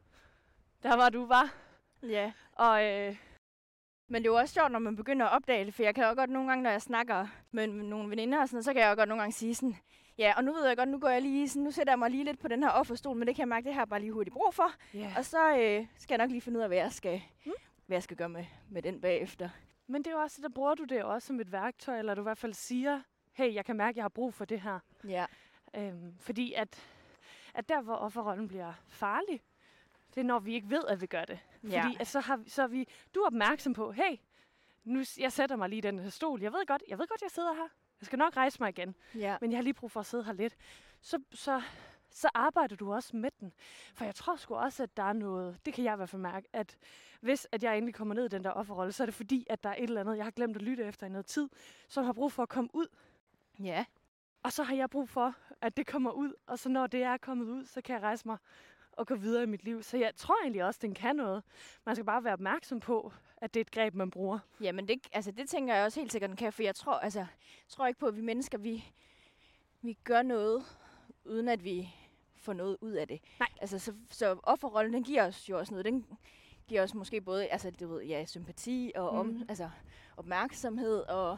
B: der var du, var.
C: Ja. Yeah.
B: Og, øh,
C: men det er jo også sjovt, når man begynder at opdage det, for jeg kan jo godt nogle gange, når jeg snakker med, med nogle veninder og sådan noget, så kan jeg jo godt nogle gange sige sådan, ja, og nu ved jeg godt, nu går jeg lige, sådan, nu sætter jeg mig lige lidt på den her offerstol, men det kan jeg mærke, det har jeg bare lige hurtigt brug for. Yeah. Og så øh, skal jeg nok lige finde ud af, hvad jeg skal, mm. hvad jeg skal gøre med, med den bagefter.
B: Men det er jo også, der bruger du det også som et værktøj, eller du i hvert fald siger, hey, jeg kan mærke, jeg har brug for det her.
C: Ja.
B: Øhm, fordi at, at der, hvor offerrollen bliver farlig, det er, når vi ikke ved, at vi gør det.
C: Ja.
B: Fordi at så, har vi, så er vi, du er opmærksom på, hey, nu, jeg sætter mig lige i den her stol. Jeg ved godt, jeg ved godt, jeg sidder her. Jeg skal nok rejse mig igen,
C: ja.
B: Men jeg har lige brug for at sidde her lidt. Så, så, så arbejder du også med den. For jeg tror sgu også, at der er noget, det kan jeg i hvert fald mærke, at hvis at jeg endelig kommer ned i den der offerrolle, så er det fordi, at der er et eller andet, jeg har glemt at lytte efter i noget tid, som har brug for at komme ud.
C: Ja.
B: Og så har jeg brug for, at det kommer ud, og så når det er kommet ud, så kan jeg rejse mig og gå videre i mit liv. Så jeg tror egentlig også, at den kan noget. Man skal bare være opmærksom på, at det er et greb, man bruger.
C: Jamen, det, altså, det tænker jeg også helt sikkert, den kan, for jeg tror, altså, jeg tror ikke på, at vi mennesker, vi, vi gør noget, uden at vi får noget ud af det.
B: Nej.
C: Altså, så, så offerrollen, den giver os jo også noget. Den giver os måske både, altså, du ved, ja, sympati og om, mm. altså, opmærksomhed og,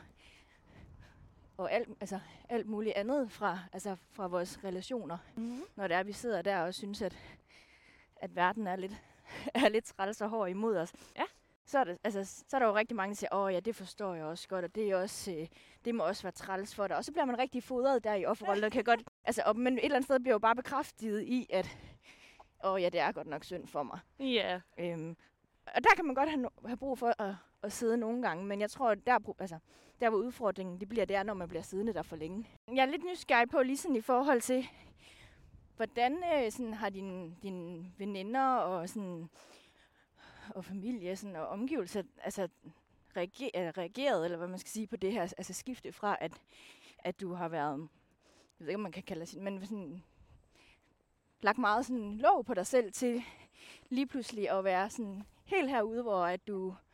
C: og alt, altså, alt muligt andet fra, altså, fra vores relationer. Mm. Når det er, vi sidder der og synes, at, at verden er lidt, er lidt træls og hård imod os.
B: Ja.
C: Så er, det, altså, så er der jo rigtig mange, der siger, åh ja, det forstår jeg også godt, og det, er også, øh, det må også være træls for dig. Og så bliver man rigtig fodret der i offerrollen, og kan godt, altså, og, men et eller andet sted bliver jo bare bekræftet i, at åh ja, det er godt nok synd for mig.
B: Ja. Yeah.
C: Øhm, og der kan man godt have, no- have brug for at, at sidde nogle gange, men jeg tror, at der, altså, der hvor udfordringen det bliver, det er, når man bliver siddende der for længe. Jeg er lidt nysgerrig på, lige sådan i forhold til, hvordan øh, sådan, har dine, dine veninder og sådan... og familie sådan, og omgivelser altså, reager, reageret, eller hvad man skal sige, på det her altså skifte fra, at, at du har været, jeg ved ikke, om man kan kalde det, men sådan, lagt meget sådan låg på dig selv til lige pludselig at være sådan helt herude, hvor at du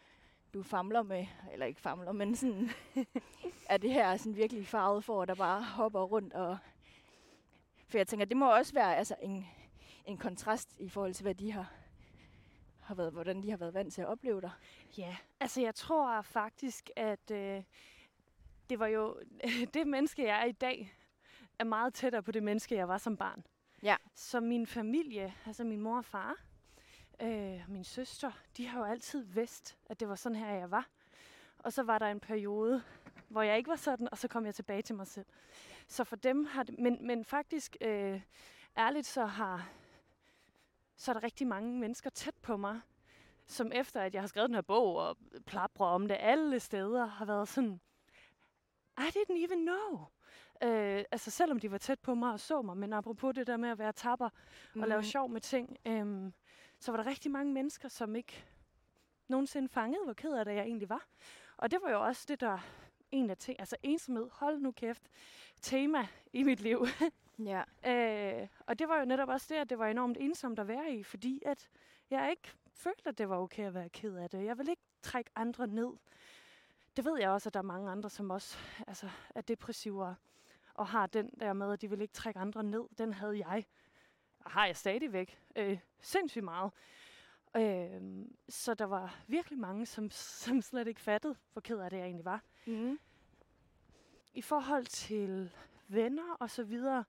C: du famler med, eller ikke famler, men sådan, er det her sådan virkelig farvet for, der bare hopper rundt. Og for jeg tænker, det må også være altså, en, en kontrast i forhold til, hvad de har, har været, hvordan de har været vant til at opleve dig.
B: Ja, altså jeg tror faktisk, at øh, det var jo det menneske, jeg er i dag, er meget tættere på det menneske, jeg var som barn.
C: Ja.
B: Så min familie, altså min mor og far, øh, min søster, de har jo altid vidst, at det var sådan her, jeg var. Og så var der en periode, hvor jeg ikke var sådan, og så kom jeg tilbage til mig selv. Så for dem har det, men, men faktisk, øh, ærligt, så har så er der rigtig mange mennesker tæt på mig, som efter, at jeg har skrevet den her bog og plaprer om det alle steder, har været sådan, I didn't even know. Øh, altså selvom de var tæt på mig og så mig, men apropos det der med at være tapper mm. og lave sjov med ting, øh, så var der rigtig mange mennesker, som ikke nogensinde fangede, hvor ked af det jeg egentlig var. Og det var jo også det, der en af ting, altså ensomhed, hold nu kæft, tema i mit liv.
C: Ja.
B: øh, og det var jo netop også det, at det var enormt ensomt at være i, fordi at jeg ikke følte, at det var okay at være ked af det. Jeg ville ikke trække andre ned. Det ved jeg også, at der er mange andre, som også altså, er depressive og har den der med, at de vil ikke trække andre ned. Den havde jeg, og har jeg stadigvæk, øh, sindssygt meget. Øh, så der var virkelig mange, som, som slet ikke fattede, hvor ked af det jeg egentlig var.
C: Mm.
B: I forhold til venner og så videre,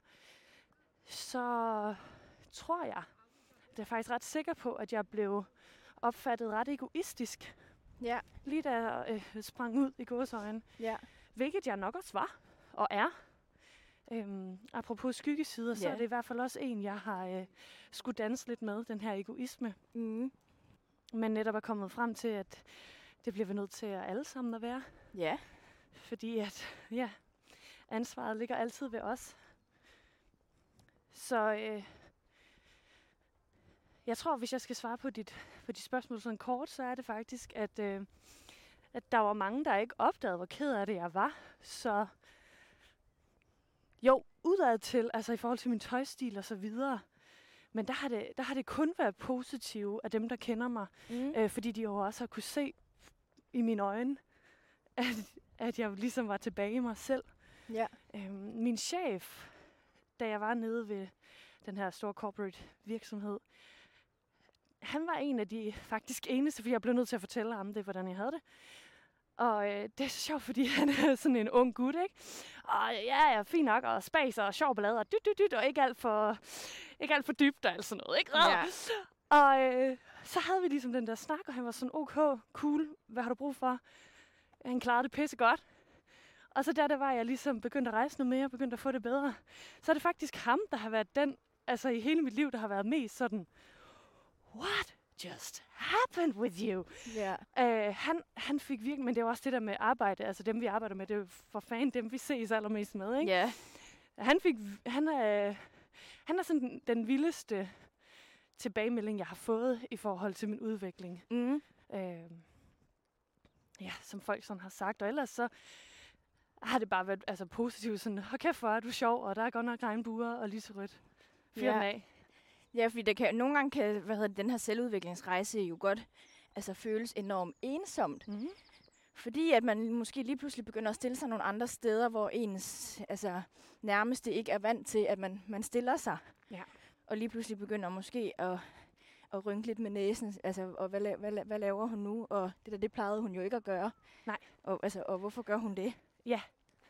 B: så tror jeg, det er faktisk ret sikker på, at jeg blev opfattet ret egoistisk.
C: Ja.
B: Lige da jeg øh, sprang ud i gåseøjne.
C: Ja.
B: Hvilket jeg nok også var og er. Øhm, apropos skyggesider, så
C: Ja.
B: er det i hvert fald også en, jeg har øh, skulle danse lidt med, den her egoisme.
C: Mm.
B: Men netop er kommet frem til, at det bliver vi nødt til at alle sammen at være.
C: Ja.
B: Fordi at, ja, ansvaret ligger altid ved os. Så øh, jeg tror, hvis jeg skal svare på dit, på dit spørgsmål sådan kort, så er det faktisk, at, øh, at der var mange, der ikke opdagede, hvor ked af det jeg var. Så jo, udad til, altså i forhold til min tøjstil og så videre. Men der har det, der har det kun været positivt af dem, der kender mig.
C: Mm.
B: Øh, fordi de jo også har kunne se i mine øjne, at, at jeg ligesom var tilbage i mig selv.
C: Ja.
B: Øhm, min chef, da jeg var nede ved den her store corporate virksomhed, han var en af de faktisk eneste, fordi jeg blev nødt til at fortælle ham det, hvordan jeg havde det. Og øh, det er så sjovt, fordi han er sådan en ung gut, ikke? Og ja, jeg er fin nok, og spas og sjov ballade, og dyt, dyt, dyt, og ikke alt for, ikke alt for dybt og alt sådan noget, ikke?
C: Ja.
B: Og øh, så havde vi ligesom den der snak, og han var sådan, okay, cool, hvad har du brug for? Han klarede det pisse godt. Og så der, der var jeg ligesom begyndt at rejse noget mere, begyndt at få det bedre. Så er det faktisk ham, der har været den, altså i hele mit liv, der har været mest sådan, what just happened with you?
C: Ja.
B: Uh, han, han fik virkelig, men det er jo også det der med arbejde, altså dem vi arbejder med, det er jo for fanden dem vi ses allermest med, ikke?
C: Ja.
B: Han fik, han er, han er sådan den, den vildeste tilbagemelding, jeg har fået i forhold til min udvikling.
C: Mm.
B: Uh, ja, som folk sådan har sagt, og ellers så har det bare været altså, positivt, sådan, hold kæft, hvor er du sjov, og der er godt nok regnbuer og lyserødt. Fyr
C: Ja.
B: den af.
C: Ja, fordi det kan, nogle gange kan hvad hedder det, den her selvudviklingsrejse jo godt altså, føles enormt ensomt.
B: Mm-hmm.
C: Fordi at man måske lige pludselig begynder at stille sig nogle andre steder, hvor ens altså, nærmeste ikke er vant til, at man, man stiller sig.
B: Ja.
C: Og lige pludselig begynder måske at, at rynke lidt med næsen. Altså, og hvad, la- hvad, la- hvad laver hun nu? Og det der, det plejede hun jo ikke at gøre.
B: Nej.
C: Og, altså, og hvorfor gør hun det?
B: Ja.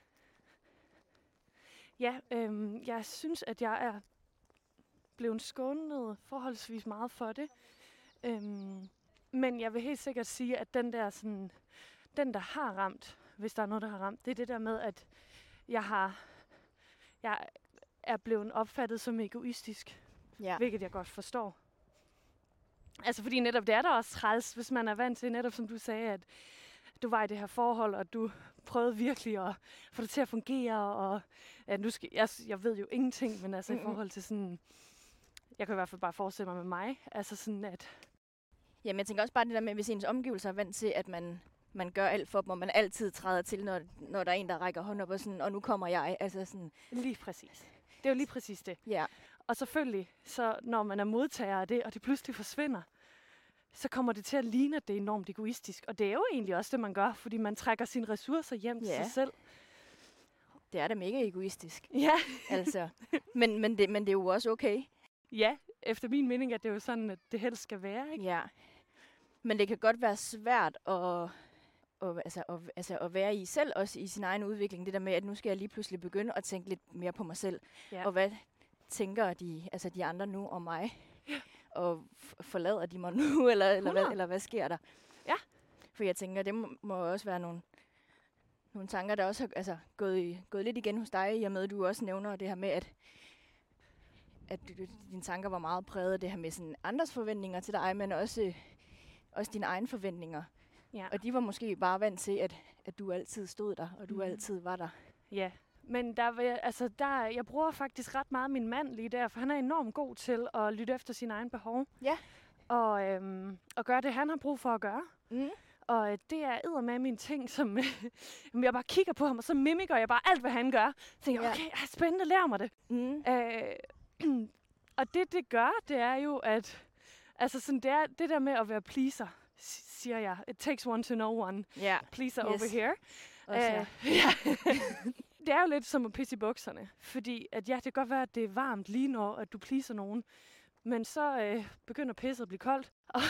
B: Ja, øhm, jeg synes, at jeg er blevet skånet forholdsvis meget for det. Øhm, men jeg vil helt sikkert sige, at den der sådan, den der har ramt, hvis der er noget, der har ramt, det er det der med, at jeg har, jeg er blevet opfattet som egoistisk,
C: Ja.
B: hvilket jeg godt forstår. Altså fordi netop det er der også træls, hvis man er vant til, netop som du sagde, at du var i det her forhold, og du prøvede virkelig at få det til at fungere, og ja, nu skal, jeg, jeg ved jo ingenting, men altså mm-hmm. i forhold til sådan, jeg kan i hvert fald bare forestille mig med mig, altså sådan at...
C: Jamen jeg tænker også bare det der med, hvis ens omgivelser er vant til, at man, man gør alt for dem, og man altid træder til, når, når der er en, der rækker hånden op, og sådan, og nu kommer jeg, altså sådan...
B: Lige præcis. Det er jo lige præcis det.
C: Ja.
B: Og selvfølgelig, så når man er modtager af det, og det pludselig forsvinder, så kommer det til at ligne, at det er enormt egoistisk. Og det er jo egentlig også det, man gør, fordi man trækker sine ressourcer hjem til
C: Ja.
B: sig selv.
C: Det er da mega egoistisk.
B: Ja.
C: Altså. Men, men, det, men det er jo også okay.
B: Ja, efter min mening, at det er jo sådan, at det helst skal være, ikke?
C: Ja. Men det kan godt være svært at, at, altså, at, altså, at være i selv, også i sin egen udvikling. Det der med, at nu skal jeg lige pludselig begynde at tænke lidt mere på mig selv.
B: Ja.
C: Og hvad tænker de, altså de andre nu om mig? Ja. Og f- forlader de mig nu, eller, eller, hvad, eller hvad sker der?
B: Ja.
C: For jeg tænker, det må, må også være nogle, nogle tanker, der også har altså, gået, i, gået lidt igen hos dig, i og med, at du også nævner det her med, at, at du, dine tanker var meget præget af det her med sådan andres forventninger til dig, men også, også dine egne forventninger.
B: Ja.
C: Og de var måske bare vant til, at, at du altid stod der, og du
B: Mhm.
C: altid var der.
B: Ja, men der, vil, altså der, jeg bruger faktisk ret meget min mand lige der, for han er enormt god til at lytte efter sine egne behov.
C: Ja.
B: Og, øhm, og gøre det, han har brug for at gøre.
C: Mm.
B: Og øh, det er eddermame mine ting, som jamen, jeg bare kigger på ham, og så mimikker jeg bare alt, hvad han gør. Så tænker jeg,
C: Ja.
B: okay, er spændende, lær mig det.
C: Mm.
B: Øh, og det, det gør, det er jo, at altså sådan, det, er, det der med at være pleaser, s- siger jeg. It takes one to know one.
C: Ja.
B: Pleaser
C: Yes.
B: over here.
C: Også,
B: Øh, ja. Det er jo lidt som at pisse i bukserne. Fordi at, ja, det kan godt være, at det er varmt lige når at du pleaser nogen. Men så øh, begynder pisset at blive koldt. Og,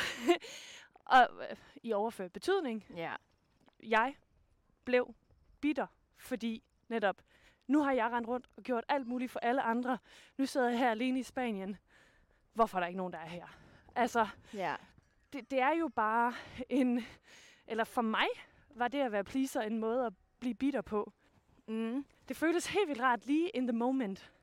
B: og øh, i overført betydning,
C: ja.
B: jeg blev bitter, fordi netop, nu har jeg rendt rundt og gjort alt muligt for alle andre. Nu sidder jeg her alene i Spanien. Hvorfor er der ikke nogen, der er her? Altså,
C: Ja.
B: det, det er jo bare en... Eller for mig var det at være pleaser en måde at blive bitter på.
C: Mm.
B: Det føltes helt vildt rart lige in the moment.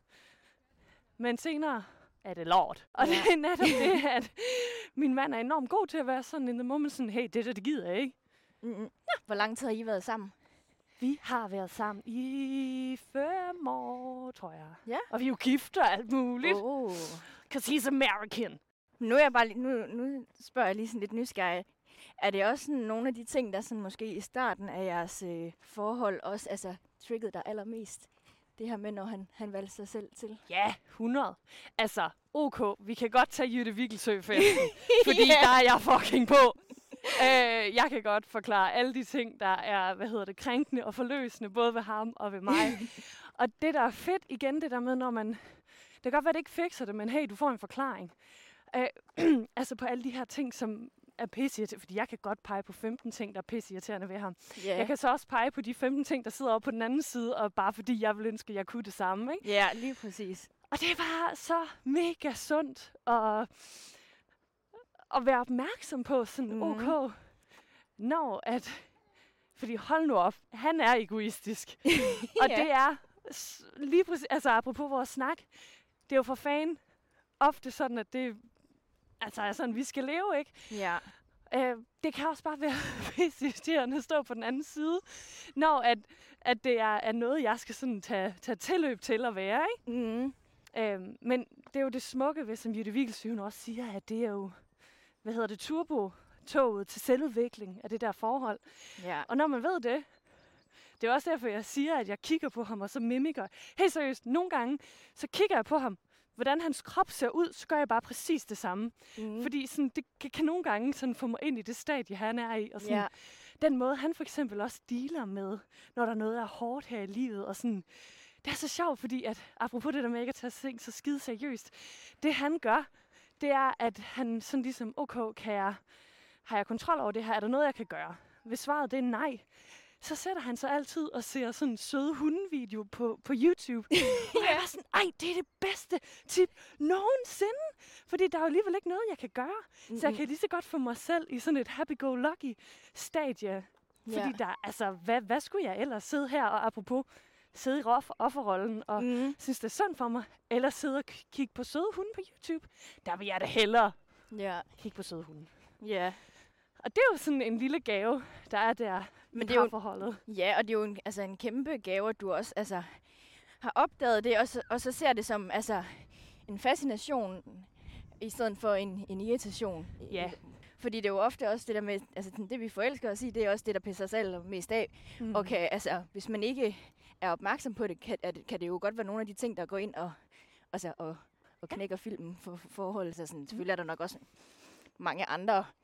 B: Men senere er det lort. Og
C: Ja.
B: det er netop det, at min mand er enormt god til at være sådan in the moment. Sådan, hey, det der, det gider jeg ikke.
C: Mm-mm. Hvor lang tid har I været sammen?
B: Vi har været sammen i fem år, tror jeg.
C: Ja.
B: Og vi er jo gift og alt muligt.
C: Oh.
B: Because he's American.
C: Nu, er jeg bare, lige- nu, nu spørger jeg lige sådan lidt nysgerrig. Er det også sådan nogle af de ting, der sådan måske i starten af jeres øh, forhold også altså, triggede dig allermest? Det her med, når han, han valgte sig selv til.
B: Ja, hundrede. Altså, ok, vi kan godt tage Jytte Vigelsø-festen, fordi
C: Ja.
B: der er jeg fucking på. øh, jeg kan godt forklare alle de ting, der er, hvad hedder det, krænkende og forløsende, både ved ham og ved mig. Og det, der er fedt, igen det der med, når man... Det kan godt være, det ikke fikser det, men hey, du får en forklaring. Øh, altså på alle de her ting, som er pisseirriterende, fordi jeg kan godt pege på femten ting, der er pisseirriterende ved ham.
C: Ja.
B: Jeg kan så også pege på de femten ting, der sidder oppe på den anden side, og bare fordi jeg vil ønske, at jeg kunne det samme, ikke?
C: Ja, lige præcis.
B: Og det var så mega sundt at, at være opmærksom på sådan,
C: Mhm.
B: okay, når at... Fordi hold nu op, han er egoistisk. Og
C: Ja.
B: det er s- lige præcis, altså apropos vores snak, det er jo for fan ofte sådan, at det altså er sådan, vi skal leve, ikke?
C: Ja.
B: Øh, det kan også bare være pisseirriterende at stå på den anden side, når at, at det er, er noget, jeg skal sådan tage, tage tilløb til at være, ikke?
C: Mm.
B: Øhm, men det er jo det smukke ved, som Jytte Vigelsø hun også siger, at det er jo, hvad hedder det, turbo-toget til selvudvikling af det der forhold.
C: Ja.
B: Og når man ved det, det er også derfor, jeg siger, at jeg kigger på ham og så mimikker. Helt seriøst, nogle gange, så kigger jeg på ham, hvordan hans krop ser ud, så gør jeg bare præcis det samme.
C: Mm.
B: Fordi sådan, det kan, kan nogle gange sådan få mig ind i det stadie, han er i. Og sådan,
C: Ja.
B: den måde, han for eksempel også dealer med, når der er noget, der er hårdt her i livet. Og sådan, det er så sjovt, fordi at, apropos det der med ikke at tage ting så skide seriøst, det han gør, det er, at han sådan ligesom, okay, kan jeg, har jeg kontrol over det her? Er der noget, jeg kan gøre? Hvis svaret det er nej, så sætter han sig altid og ser sådan en søde hundevideo på, på YouTube. Og jeg er sådan, ej, det er det bedste tip nogensinde. Fordi der er jo alligevel ikke noget, jeg kan gøre. Så jeg kan lige så godt få mig selv i sådan et happy-go-lucky stadie. Fordi
C: Ja.
B: der, altså, hvad, hvad skulle jeg ellers sidde her og apropos sidde i rof- offerrollen og
C: Mm.
B: synes, det er synd for mig, eller sidde og k- kigge på søde hunde på YouTube. Der vil jeg da hellere
C: Ja.
B: kigge på søde hunde.
C: Ja.
B: Og det er jo sådan en lille gave, der er der
C: Men
B: i
C: det er jo-
B: parforholdet.
C: Ja, og det er jo en, altså en kæmpe gave, at du også altså, har opdaget det, og så, og så ser det som altså, en fascination, i stedet for en, en irritation.
B: Ja.
C: Fordi det er jo ofte også det der med, altså sådan, det vi forelsker os i, det er også det, der pisser os allermest af.
B: Mm.
C: Og kan, altså, hvis man ikke er opmærksom på det, kan, er det, kan det jo godt være nogle af de ting, der går ind og, altså, og, og knækker filmen for, for forholdet. Så sådan, selvfølgelig er der nok også mange andre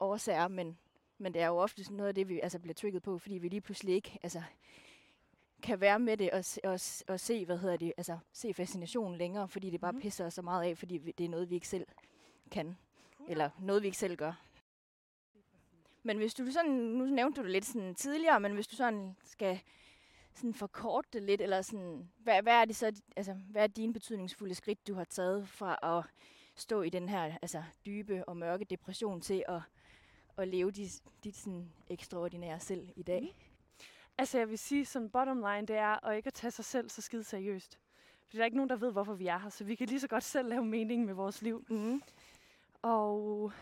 C: årsager, men, men det er jo ofte sådan noget af det, vi altså, bliver trigget på, fordi vi lige pludselig ikke altså, kan være med det og, og, og se, hvad hedder det, altså se fascinationen længere, fordi det bare mm. pisser os så meget af, fordi vi, det er noget, vi ikke selv kan, eller noget, vi ikke selv gør. Men hvis du sådan, nu nævnte du det lidt sådan tidligere, men hvis du sådan skal sådan forkorte det lidt, eller sådan, hvad, hvad er det så, altså, hvad er dine betydningsfulde skridt, du har taget fra at stå i den her altså, dybe og mørke depression til at, at leve dit, dit sådan ekstraordinære selv i dag? Mm.
B: Altså jeg vil sige, som bottom line, det er at ikke at tage sig selv så skide seriøst. For der er ikke nogen, der ved, hvorfor vi er her, så vi kan lige så godt selv lave mening med vores liv. Mm. Og,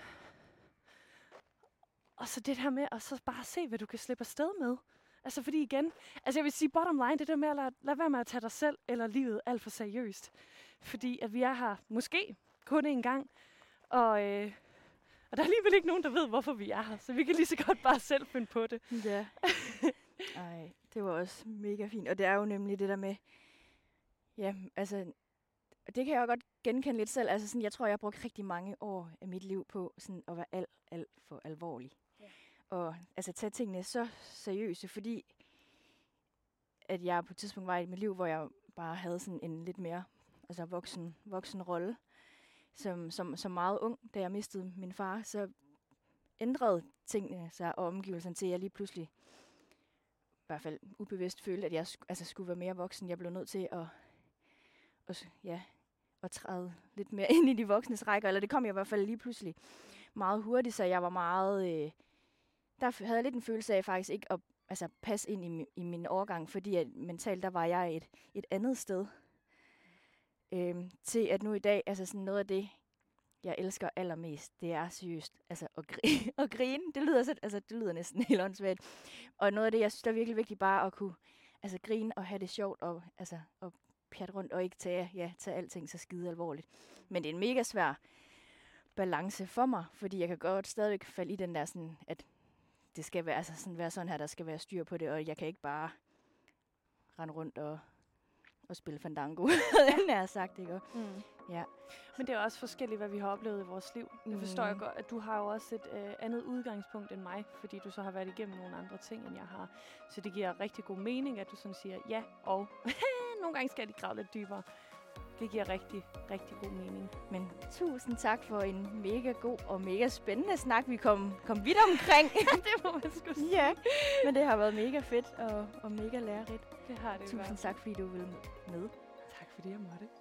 B: og så det her med at så bare se, hvad du kan slippe afsted med. Altså fordi igen, altså jeg vil sige bottom line, det der med at lade, lade være med at tage dig selv eller livet alt for seriøst. Fordi at vi er her måske kun én gang, og, øh, og der er alligevel ikke nogen, der ved, hvorfor vi er her. Så vi kan lige så godt bare selv finde på det.
C: Ja. Ej, det var også mega fint. Og det er jo nemlig det der med, ja, altså, det kan jeg jo godt genkende lidt selv. Altså sådan, jeg tror, jeg har brugt rigtig mange år af mit liv på sådan at være alt, alt for alvorlig. Ja. Og altså tage tingene så seriøse, fordi at jeg på et tidspunkt var i mit liv, hvor jeg bare havde sådan en lidt mere altså voksen, voksen rolle. Som, som, som meget ung, da jeg mistede min far, så ændrede tingene sig og omgivelserne til, at jeg lige pludselig i hvert fald ubevidst følte, at jeg sk- altså, skulle være mere voksen. Jeg blev nødt til at, at, ja, at træde lidt mere ind i de voksnes rækker, eller det kom jeg i hvert fald lige pludselig meget hurtigt, så jeg var meget, øh, der havde jeg lidt en følelse af faktisk ikke at altså, passe ind i, i min årgang, fordi at mentalt, der var jeg et, et andet sted. Øhm, til at nu i dag, altså sådan noget af det, jeg elsker allermest, det er seriøst, altså at grine. at grine. Det lyder så, altså det lyder næsten helt åndssvagt. Og noget af det, jeg synes, der er virkelig vigtigt, bare at kunne altså grine og have det sjovt og altså at pjatte rundt og ikke tage, ja, tage alting så skide alvorligt. Men det er en mega svær balance for mig, fordi jeg kan godt stadigvæk falde i den der sådan, at det skal være, altså sådan, være sådan her, der skal være styr på det, og jeg kan ikke bare rende rundt og og spille Fandango, den er sagt, ikke? Mm. Ja.
B: Men det er også forskelligt, hvad vi har oplevet i vores liv. Mm. Jeg forstår jeg godt, at du har jo også et øh, andet udgangspunkt end mig, fordi du så har været igennem nogle andre ting, end jeg har. Så det giver rigtig god mening, at du sådan siger ja, og nogle gange skal de grave lidt dybere. Det giver rigtig, rigtig god mening.
C: Men tusind tak for en mega god og mega spændende snak. Vi kom, kom vidt omkring.
B: Det må man sgu sige.
C: Ja, men det har været mega fedt og, og mega lærerigt.
B: Det har det.
C: Tusind tak, fordi du ville med.
B: Tak fordi jeg måtte.